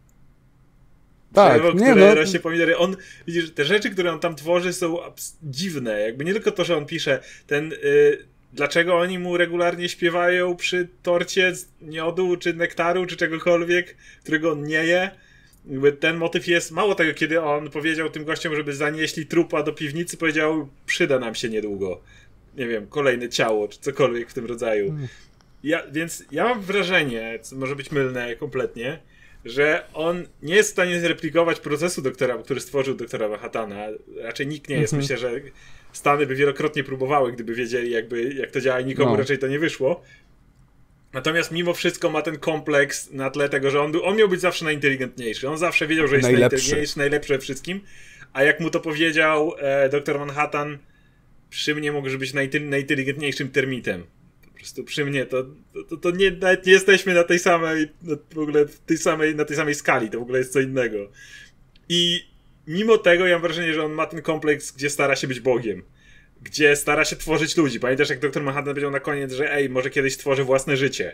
Tak, drzewo, nie, które no. rośnie pomidory. On, widzisz, te rzeczy, które on tam tworzy, są dziwne. Jakby nie tylko to, że on pisze ten... Y, dlaczego oni mu regularnie śpiewają przy torcie z miodu, czy nektaru, czy czegokolwiek, którego on nie je. Jakby ten motyw jest... Mało tego, kiedy on powiedział tym gościom, żeby zanieśli trupa do piwnicy, powiedział, przyda nam się niedługo. Nie wiem, kolejne ciało, czy cokolwiek w tym rodzaju. Ja, więc ja mam wrażenie, co może być mylne kompletnie, że on nie jest w stanie zreplikować procesu doktora, który stworzył doktora Manhattana. Raczej nikt nie jest. Mm-hmm. Myślę, że Stany by wielokrotnie próbowały, gdyby wiedzieli, jakby, jak to działa, i nikomu no. raczej to nie wyszło. Natomiast mimo wszystko ma ten kompleks na tle tego, że on, był, on miał być zawsze najinteligentniejszy. On zawsze wiedział, że jest najlepszy. najinteligentniejszy, najlepszy we wszystkim. A jak mu to powiedział e, doktor Manhattan, przy mnie mógł być najty, najinteligentniejszym termitem. Po prostu przy mnie to, to, to, to nie, nawet nie jesteśmy na tej samej, na, w ogóle w tej samej, na tej samej skali, to w ogóle jest co innego. I mimo tego ja mam wrażenie, że on ma ten kompleks, gdzie stara się być Bogiem, gdzie stara się tworzyć ludzi. Pamiętasz, jak doktor Manhattan powiedział na koniec, że ej, może kiedyś stworzę własne życie.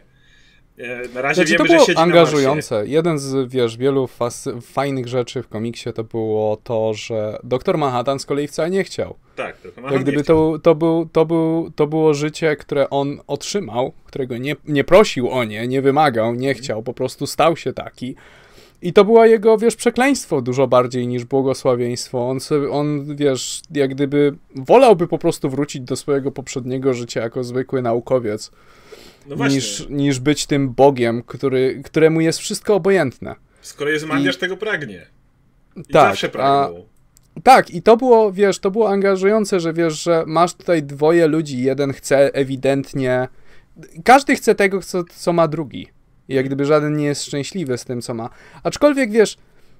Na razie znaczy, wiemy, to było że siedzi angażujące. na Marsie. Jeden z, wiesz, wielu fasy- fajnych rzeczy w komiksie to było to, że doktor Manhattan z kolei wcale nie chciał. Tak, doktor Jak gdyby to, to, był, to, był, to było życie, które on otrzymał, którego nie, nie prosił o nie, nie wymagał, nie chciał, po prostu stał się taki. I to było jego, wiesz, przekleństwo dużo bardziej niż błogosławieństwo. On, sobie, on, wiesz, jak gdyby wolałby po prostu wrócić do swojego poprzedniego życia jako zwykły naukowiec. No niż, niż być tym Bogiem, który, któremu jest wszystko obojętne. Z kolei Ozymandias tego pragnie. I tak, zawsze pragnął. A, tak, i to było, wiesz, to było angażujące, że wiesz, że masz tutaj dwoje ludzi, jeden chce ewidentnie... Każdy chce tego, co, co ma drugi. I jak gdyby żaden nie jest szczęśliwy z tym, co ma. Aczkolwiek, wiesz...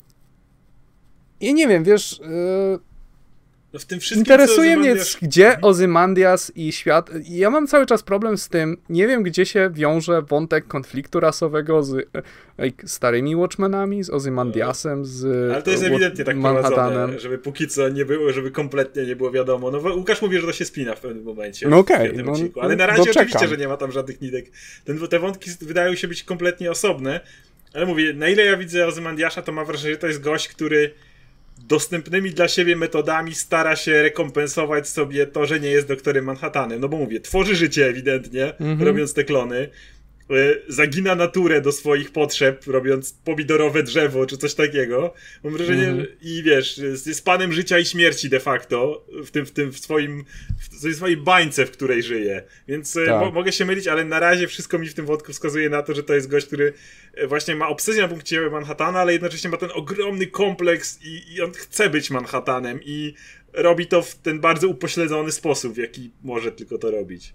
Ja nie wiem, wiesz... Yy... No w tym wszystkim, interesuje mnie, Ozymandias... gdzie Ozymandias i świat... Ja mam cały czas problem z tym, nie wiem, gdzie się wiąże wątek konfliktu rasowego z like, starymi Watchmenami, z Ozymandiasem, z Ale to jest ewidentnie tak Manhattanem. prowadzone, żeby póki co nie było, żeby kompletnie nie było wiadomo. No Łukasz mówi, że to się spina w pewnym momencie. No okej. Okay, no, ale na razie doczekam. Oczywiście, że nie ma tam żadnych nitek. Ten, te wątki wydają się być kompletnie osobne, Ale mówię, na ile ja widzę Ozymandiasza, to mam wrażenie, że to jest gość, który dostępnymi dla siebie metodami stara się rekompensować sobie to, że nie jest doktorem Manhattanem. No bo mówię, tworzy życie ewidentnie, mm-hmm. robiąc te klony. Zagina naturę do swoich potrzeb, robiąc pomidorowe drzewo, czy coś takiego. Mam wrażenie, mm. i wiesz, jest panem życia i śmierci de facto w tym, w tym w swoim, w tej swojej bańce, w której żyje. Więc tak. mo- mogę się mylić, ale na razie wszystko mi w tym wątku wskazuje na to, że to jest gość, który właśnie ma obsesję na punkcie Manhattana, ale jednocześnie ma ten ogromny kompleks i, i on chce być Manhattanem i robi to w ten bardzo upośledzony sposób, w jaki może tylko to robić.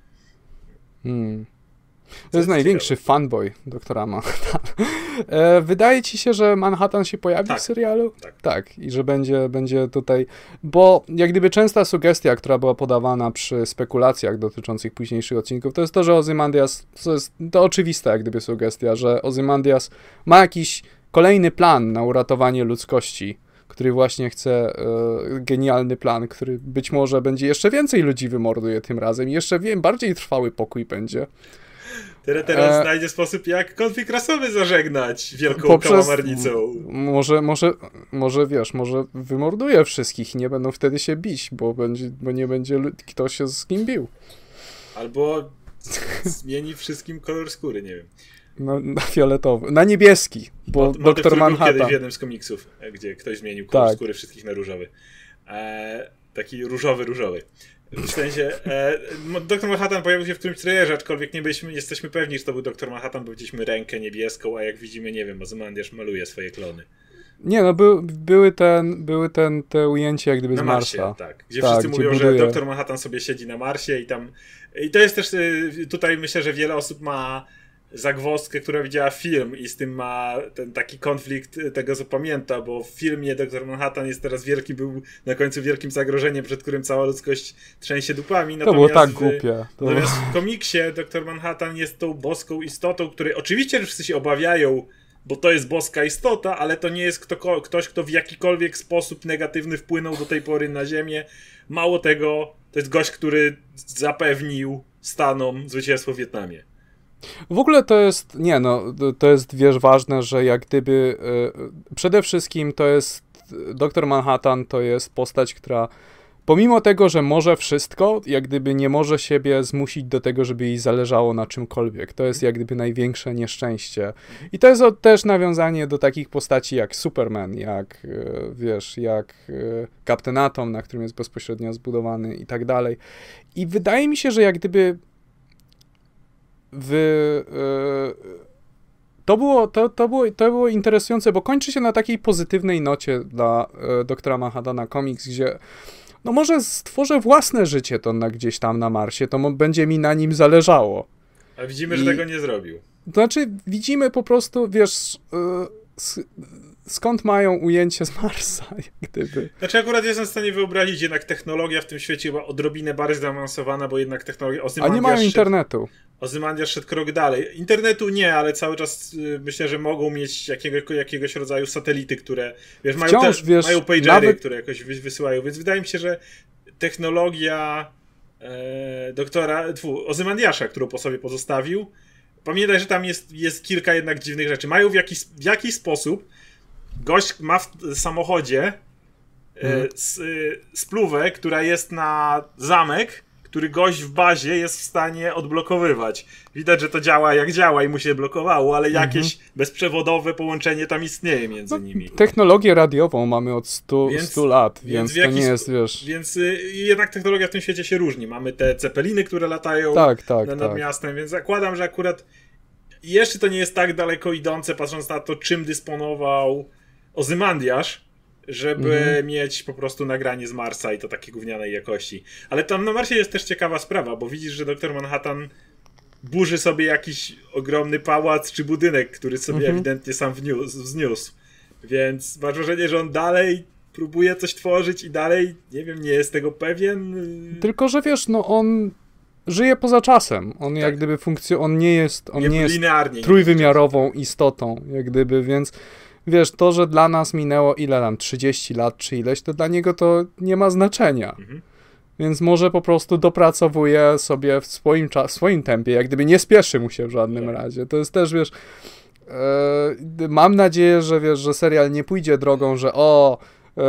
Hmm. To jest największy ciekawe. fanboy doktora Manhattan. E, wydaje ci się, że Manhattan się pojawi tak. w serialu? Tak. Tak. I że będzie, będzie tutaj... Bo jak gdyby częsta sugestia, która była podawana przy spekulacjach dotyczących późniejszych odcinków, to jest to, że Ozymandias... To jest to oczywista jak gdyby sugestia, że Ozymandias ma jakiś kolejny plan na uratowanie ludzkości, który właśnie chce, e, genialny plan, który być może będzie jeszcze więcej ludzi wymorduje tym razem i jeszcze wiem, bardziej trwały pokój będzie. Teraz e... znajdzie sposób, jak konflikt rasowy zażegnać wielką Poprzez... kałamarnicą. Może, może, może wiesz, może wymorduje wszystkich i nie będą wtedy się bić, bo, będzie, bo nie będzie kto się z kim bił. Albo zmieni wszystkim kolor skóry, nie wiem. No, na fioletowy, na niebieski, bo Mo- doktor Manhattan. Kiedyś w jednym z komiksów, gdzie ktoś zmienił kolor tak. skóry wszystkich na różowy. E, taki różowy, różowy. W sensie, e, doktor Manhattan pojawił się w którymś trailerze, aczkolwiek nie byliśmy, jesteśmy pewni, że to był doktor Manhattan, bo widzieliśmy rękę niebieską, a jak widzimy, nie wiem, Ozymandias maluje swoje klony. Nie, no by, były, ten, były ten, te ujęcia jak gdyby na z Marsa. Marsie, tak. Gdzie tak, wszyscy gdzie mówią, buduje. że doktor Manhattan sobie siedzi na Marsie i tam... I to jest też, tutaj myślę, że wiele osób ma zagwozdkę, która widziała film i z tym ma ten taki konflikt tego, co pamięta, bo w filmie doktor Manhattan jest teraz wielki, był na końcu wielkim zagrożeniem, przed którym cała ludzkość trzęsie dupami. To było tak w, głupie. To... Natomiast w komiksie doktor Manhattan jest tą boską istotą, której oczywiście wszyscy się obawiają, bo to jest boska istota, ale to nie jest kto, ktoś, kto w jakikolwiek sposób negatywny wpłynął do tej pory na Ziemię. Mało tego, to jest gość, który zapewnił Stanom zwycięstwo w Wietnamie. W ogóle to jest, nie no, to jest, wiesz, ważne, że jak gdyby y, przede wszystkim to jest, doktor Manhattan to jest postać, która pomimo tego, że może wszystko, jak gdyby nie może siebie zmusić do tego, żeby jej zależało na czymkolwiek. To jest jak gdyby największe nieszczęście. I to jest też nawiązanie do takich postaci jak Superman, jak, y, wiesz, jak y, Captain Atom, na którym jest bezpośrednio zbudowany i tak dalej. I wydaje mi się, że jak gdyby W, yy, to, było, to, to, było, to było interesujące, bo kończy się na takiej pozytywnej nocie dla yy, doktora Manhattana komiks, gdzie no może stworzę własne życie to na, gdzieś tam na Marsie, to będzie mi na nim zależało. A widzimy, I, że tego nie zrobił. To znaczy widzimy po prostu, wiesz, yy, s, skąd mają ujęcie z Marsa, jak gdyby. Znaczy akurat jestem w stanie wyobrazić, jednak technologia w tym świecie była odrobinę bardziej zaawansowana, bo jednak technologia... A nie mają internetu. Ozymandias szedł krok dalej. Internetu nie, ale cały czas y, myślę, że mogą mieć jakiego, jakiegoś rodzaju satelity, które wiesz, mają, Wciąż, te, wiesz, mają pagery, nawet... które jakoś wysyłają, więc wydaje mi się, że technologia e, doktora, tfu, Ozymandiasza, którą po sobie pozostawił, pamiętaj, że tam jest, jest kilka jednak dziwnych rzeczy. Mają w jakiś, w jakiś sposób gość ma w samochodzie hmm. e, s, e, spluwę, która jest na zamek, który gość w bazie jest w stanie odblokowywać. Widać, że to działa jak działa i mu się blokowało, ale jakieś mhm. bezprzewodowe połączenie tam istnieje między no, nimi. Technologię radiową mamy od stu, więc, stu lat, więc, więc to nie jest, wiesz... Więc y, jednak technologia w tym świecie się różni. Mamy te cepeliny, które latają tak, tak, na, nad tak. miastem, więc zakładam, że akurat jeszcze to nie jest tak daleko idące, patrząc na to, czym dysponował Ozymandias, żeby mhm. mieć po prostu nagranie z Marsa i to takie gównianej jakości. Ale tam na Marsie jest też ciekawa sprawa, bo widzisz, że doktor Manhattan burzy sobie jakiś ogromny pałac czy budynek, który sobie mhm. ewidentnie sam wniósł, wzniósł. Więc masz wrażenie, że on dalej próbuje coś tworzyć i dalej, nie wiem, nie jest tego pewien. Tylko, że wiesz, no on żyje poza czasem. On tak. jak gdyby funkcjonuje, on nie jest, on nie, nie jest trójwymiarową istotą, jak gdyby, więc wiesz, to, że dla nas minęło ile tam, trzydzieści lat czy ileś, to dla niego to nie ma znaczenia. Mhm. Więc może po prostu dopracowuje sobie w swoim, cza- w swoim tempie, jak gdyby nie spieszy mu się w żadnym tak. razie. To jest też, wiesz, e, mam nadzieję, że wiesz, że serial nie pójdzie drogą, że o,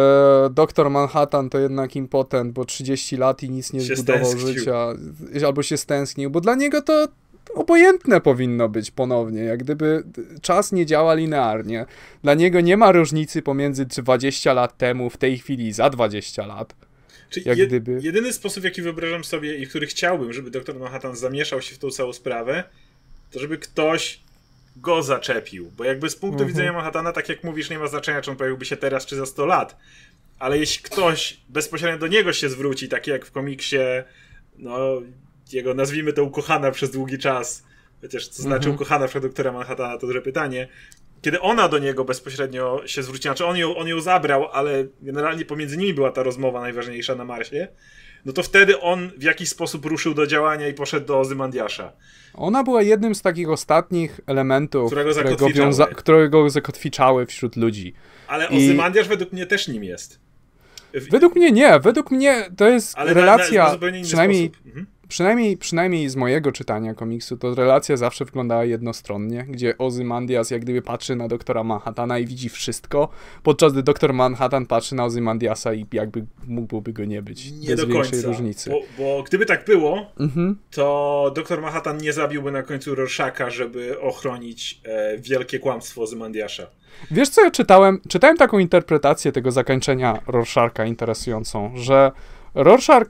e, doktor Manhattan to jednak impotent, bo trzydzieści lat i nic nie się zbudował stęsknił. życia, albo się stęsknił, bo dla niego to obojętne powinno być ponownie, jak gdyby czas nie działa linearnie. Dla niego nie ma różnicy pomiędzy dwadzieścia lat temu, w tej chwili za dwadzieścia lat. Czyli Jak je, gdyby... jedyny sposób, jaki wyobrażam sobie i który chciałbym, żeby doktor Manhattan zamieszał się w tą całą sprawę, to żeby ktoś go zaczepił. Bo jakby z punktu Mhm. widzenia Manhattana, tak jak mówisz, nie ma znaczenia, czy on pojawiłby się teraz, czy za sto lat. Ale jeśli ktoś bezpośrednio do niego się zwróci, tak jak w komiksie, no, jego, nazwijmy to, ukochana przez długi czas, chociaż co znaczy Mhm. ukochana przez doktora Manhattana, to duże pytanie. Kiedy ona do niego bezpośrednio się zwróciła, znaczy on ją, on ją zabrał, ale generalnie pomiędzy nimi była ta rozmowa najważniejsza na Marsie, no to wtedy on w jakiś sposób ruszył do działania i poszedł do Ozymandiasza. Ona była jednym z takich ostatnich elementów, Którego którego, zakotwiczały. wiąza- którego zakotwiczały wśród ludzi. Ale I- Ozymandiasz według mnie też nim jest. W- Według mnie nie, według mnie to jest ale na- relacja, na, na zupełnie inny przynajmniej, sposób. Mhm. przynajmniej, przynajmniej z mojego czytania komiksu, to relacja zawsze wyglądała jednostronnie, gdzie Ozymandias jak gdyby patrzy na doktora Manhattana i widzi wszystko, podczas gdy doktor Manhattan patrzy na Ozymandiasa i jakby mógłby go nie być, Nie bez do większej końca, różnicy. bo, bo gdyby tak było, Mhm. to doktor Manhattan nie zabiłby na końcu Rorschacha, żeby ochronić e, wielkie kłamstwo Ozymandiasza. Wiesz co ja czytałem? Czytałem taką interpretację tego zakończenia Rorschacha interesującą, że Rorschach,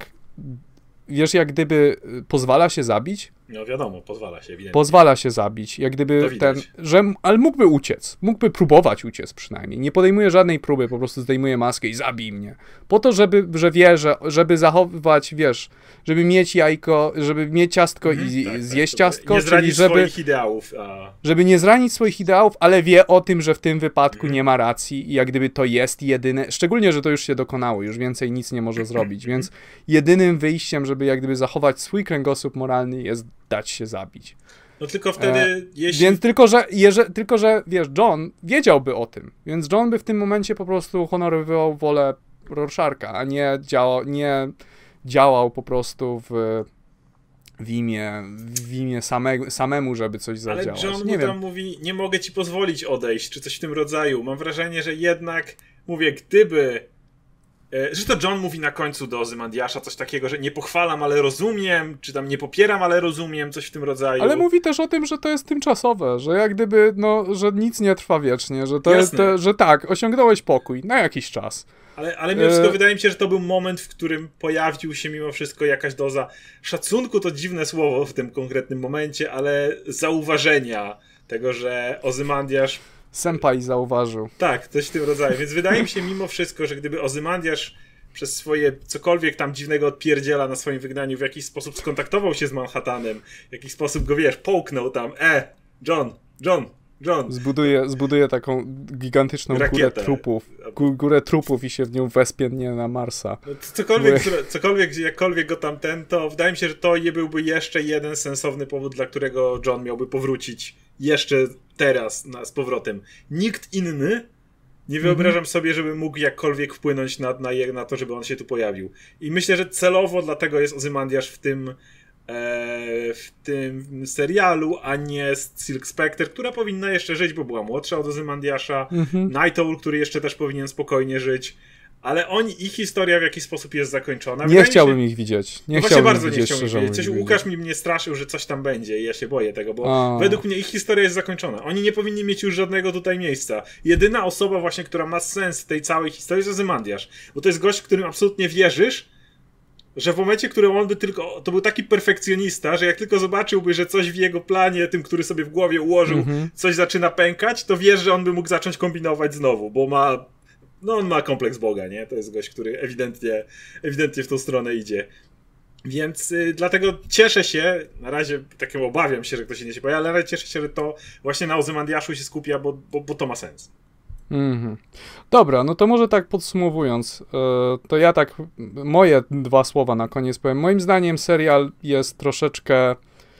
wiesz, jak gdyby y, pozwala się zabić, No wiadomo, pozwala się ewidentnie. pozwala się zabić, jak To gdyby widać. ten, że, ale mógłby uciec, mógłby próbować uciec przynajmniej, nie podejmuje żadnej próby, po prostu zdejmuje maskę i zabij mnie, po to, żeby, że wie, że, żeby zachowywać, wiesz, żeby mieć jajko, żeby mieć ciastko Mhm, i tak, tak, zjeść żeby ciastko, nie czyli zdradzić żeby, swoich ideałów. A... żeby nie zranić swoich ideałów, ale wie o tym, że w tym wypadku Mhm. nie ma racji i jak gdyby to jest jedyne, szczególnie, że to już się dokonało, już więcej nic nie może zrobić, więc jedynym wyjściem, żeby jak gdyby zachować swój kręgosłup moralny jest dać się zabić. No tylko wtedy, E, jeśli... Więc tylko że, jeże, tylko, że wiesz, John wiedziałby o tym, więc John by w tym momencie po prostu honorował wolę Rorschacha, a nie, działa, nie działał po prostu w, w imię, w imię same, samemu, żeby coś Ale zadziałać. John Nie mu tam wiem. mówi, nie mogę ci pozwolić odejść, czy coś w tym rodzaju. Mam wrażenie, że jednak, mówię, gdyby... e, Że to John mówi na końcu do Ozymandiasza coś takiego, że nie pochwalam, ale rozumiem, czy tam nie popieram, ale rozumiem, coś w tym rodzaju. Ale mówi też o tym, że to jest tymczasowe, że jak gdyby, no, że nic nie trwa wiecznie, że to jest, Jasne. to, że tak, osiągnąłeś pokój na jakiś czas. Ale, ale mimo wszystko E- wydaje mi się, że to był moment, w którym pojawił się mimo wszystko jakaś doza szacunku, to dziwne słowo w tym konkretnym momencie, ale zauważenia tego, że Ozymandiasz... Senpai zauważył. Tak, coś w tym rodzaju. Więc wydaje mi się mimo wszystko, że gdyby Ozymandiasz przez swoje cokolwiek tam dziwnego odpierdziela na swoim wygnaniu w jakiś sposób skontaktował się z Manhattanem, w jakiś sposób go, wiesz, połknął tam, e, John, John, John. Zbuduje, zbuduje taką gigantyczną górę Rakietę. trupów. Gó- Górę trupów i się w nią wespnie na Marsa. No, cokolwiek, zro- cokolwiek, jakkolwiek go tam ten, to wydaje mi się, że to nie byłby jeszcze jeden sensowny powód, dla którego John miałby powrócić jeszcze teraz na, z powrotem. Nikt inny nie wyobrażam sobie, żeby mógł jakkolwiek wpłynąć na, na, je- na to, żeby on się tu pojawił. I myślę, że celowo dlatego jest Ozymandiasz w tym e, w tym serialu, a nie Silk Spectre, która powinna jeszcze żyć, bo była młodsza od Ozymandiasza. Mhm. Night Owl, który jeszcze też powinien spokojnie żyć. Ale oni, ich historia w jakiś sposób jest zakończona. Nie Wydaje mi chciałbym się, ich widzieć. Nie no właśnie chciałbym bardzo ich nie widzieć, chciałbym szczerze wiedzieć. Coś mówiąc. Łukasz mi mnie straszył, że coś tam będzie i ja się boję tego, bo A. według mnie ich historia jest zakończona. Oni nie powinni mieć już żadnego tutaj miejsca. Jedyna osoba właśnie, która ma sens w tej całej historii jest Ozymandiasz. Bo to jest gość, w którym absolutnie wierzysz, że w momencie, w którym on by tylko... To był taki perfekcjonista, że jak tylko zobaczyłby, że coś w jego planie, tym, który sobie w głowie ułożył, Mhm. coś zaczyna pękać, to wiesz, że on by mógł zacząć kombinować znowu, bo ma... No on ma kompleks Boga, nie? To jest gość, który ewidentnie, ewidentnie w tą stronę idzie. Więc y, dlatego cieszę się, na razie takiego obawiam się, że ktoś się nie się pojawi, ale na razie cieszę się, że to właśnie na Ozymandiaszu się skupia, bo, bo, bo to ma sens. Mhm. Dobra, no to może tak podsumowując, e, to ja tak moje dwa słowa na koniec powiem. Moim zdaniem serial jest troszeczkę,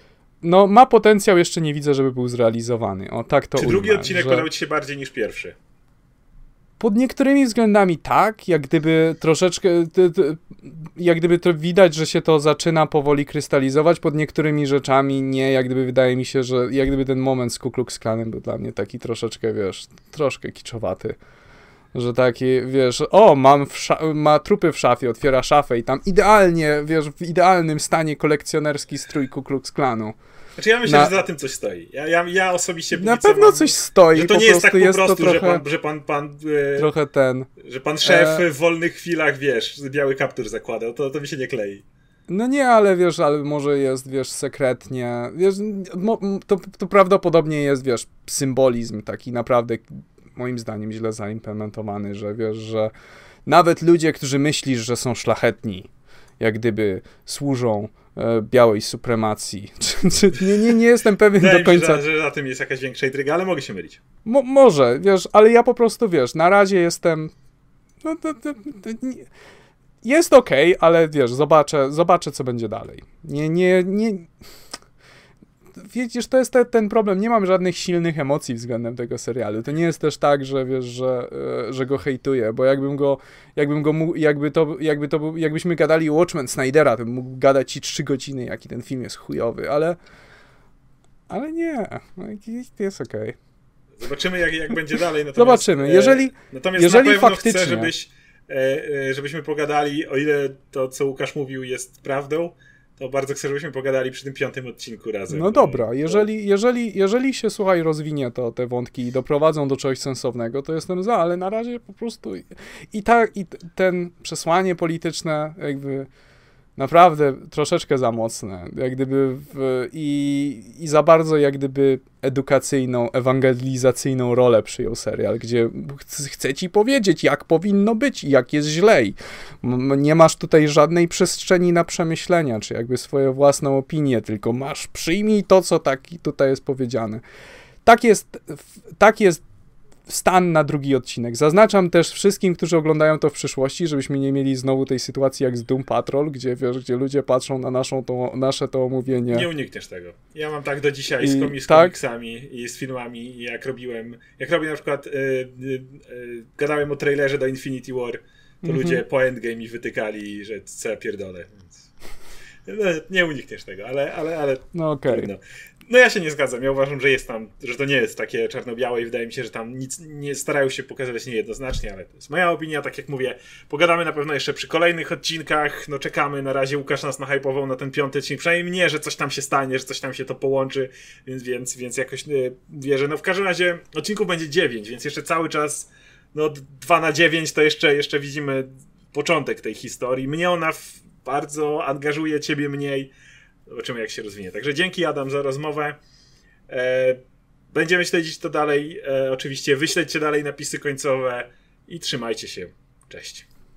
no ma potencjał, jeszcze nie widzę, żeby był zrealizowany. O, tak to Czy drugi ujmę, odcinek że... podobał ci się bardziej niż pierwszy? pod niektórymi względami tak, jak gdyby troszeczkę, t, t, jak gdyby to widać, że się to zaczyna powoli krystalizować, pod niektórymi rzeczami nie, jak gdyby wydaje mi się, że jak gdyby ten moment z Ku Klux Klanem był dla mnie taki troszeczkę, wiesz, troszkę kiczowaty. Że taki, wiesz, o, mam w sza- ma trupy w szafie, otwiera szafę i tam idealnie, wiesz, w idealnym stanie kolekcjonerski strój Ku Klux Klanu. Znaczy ja myślę, Na... że za tym coś stoi. Ja, ja, ja osobiście... Na pewno mam, coś stoi, że to po nie jest tak po jest prostu, trochę, że pan, że pan, pan e, trochę ten... że pan szef e... w wolnych chwilach, wiesz, biały kaptur zakładał, to, to mi się nie klei. No nie, ale wiesz, ale może jest, wiesz, sekretnie, wiesz, mo, to, to prawdopodobnie jest, wiesz, symbolizm taki naprawdę, moim zdaniem, źle zaimplementowany, że wiesz, że nawet ludzie, którzy myślisz, że są szlachetni, jak gdyby służą e, białej supremacji. Czy, czy, nie, nie, nie jestem pewien Wydaje do końca. Mi się, że, że za tym jest jakaś większa intryga, ale mogę się mylić. Mo, może, wiesz, ale ja po prostu, wiesz, na razie jestem... No, to, to, to, nie, jest okej, okay, ale wiesz, zobaczę, zobaczę, co będzie dalej. Nie, nie, nie... Widzisz, to jest te, ten problem. Nie mam żadnych silnych emocji względem tego serialu. To nie jest też tak, że wiesz, że, że go hejtuję, bo jakbym go, jakbym go mógł, jakby to, jakby to, jakbyśmy gadali Watchmen Snydera, to bym mógł gadać ci trzy godziny, jaki ten film jest chujowy, ale ale nie, jest okej. Okay. Zobaczymy, jak, jak będzie dalej. Natomiast, Zobaczymy. Jeżeli, e, natomiast jeżeli na pewno faktycznie... chcę, żebyś, e, e, żebyśmy pogadali, o ile to, co Łukasz mówił, jest prawdą, to bardzo chcę, żebyśmy pogadali przy tym piątym odcinku razem. No dobra, jeżeli, jeżeli, jeżeli się, słuchaj, rozwinie to te wątki i doprowadzą do czegoś sensownego, to jestem za, ale na razie po prostu i, i tak, i ten przesłanie polityczne jakby naprawdę troszeczkę za mocne, jak gdyby w, i, i za bardzo jak gdyby edukacyjną, ewangelizacyjną rolę przyjął serial, gdzie ch- chce ci powiedzieć, jak powinno być i jak jest źle. M- nie masz tutaj żadnej przestrzeni na przemyślenia, czy jakby swoją własną opinię, tylko masz, przyjmij to, co tak tutaj jest powiedziane. Tak jest, tak jest stan na drugi odcinek. Zaznaczam też wszystkim, którzy oglądają to w przyszłości, żebyśmy nie mieli znowu tej sytuacji jak z Doom Patrol, gdzie wiesz, gdzie ludzie patrzą na naszą to, nasze to omówienie. Nie unikniesz tego. Ja mam tak do dzisiaj I, z, komi- z tak? komiksami i z filmami, i jak robiłem, jak robię na przykład, y, y, y, gadałem o trailerze do Infinity War, to mhm. ludzie po Endgame mi wytykali, że co ja pierdolę. Więc, no, nie unikniesz tego, ale, ale, ale no okej. Okay. No ja się nie zgadzam. Ja uważam, że jest tam, że to nie jest takie czarno-białe i wydaje mi się, że tam nic nie starają się pokazywać niejednoznacznie, ale to jest moja opinia, tak jak mówię. Pogadamy na pewno jeszcze przy kolejnych odcinkach. No czekamy, na razie Łukasz nas nahypował na ten piąty odcinek. Przynajmniej mnie, że coś tam się stanie, że coś tam się to połączy, więc, więc, więc jakoś yy, wierzę. No w każdym razie odcinków będzie dziewięć, więc jeszcze cały czas no dwa na dziewięć to jeszcze, jeszcze widzimy początek tej historii. Mnie ona w, bardzo angażuje, ciebie mniej. Zobaczymy, jak się rozwinie. Także dzięki, Adam, za rozmowę. E, będziemy śledzić to dalej. E, oczywiście wyśledźcie dalej napisy końcowe i trzymajcie się. Cześć.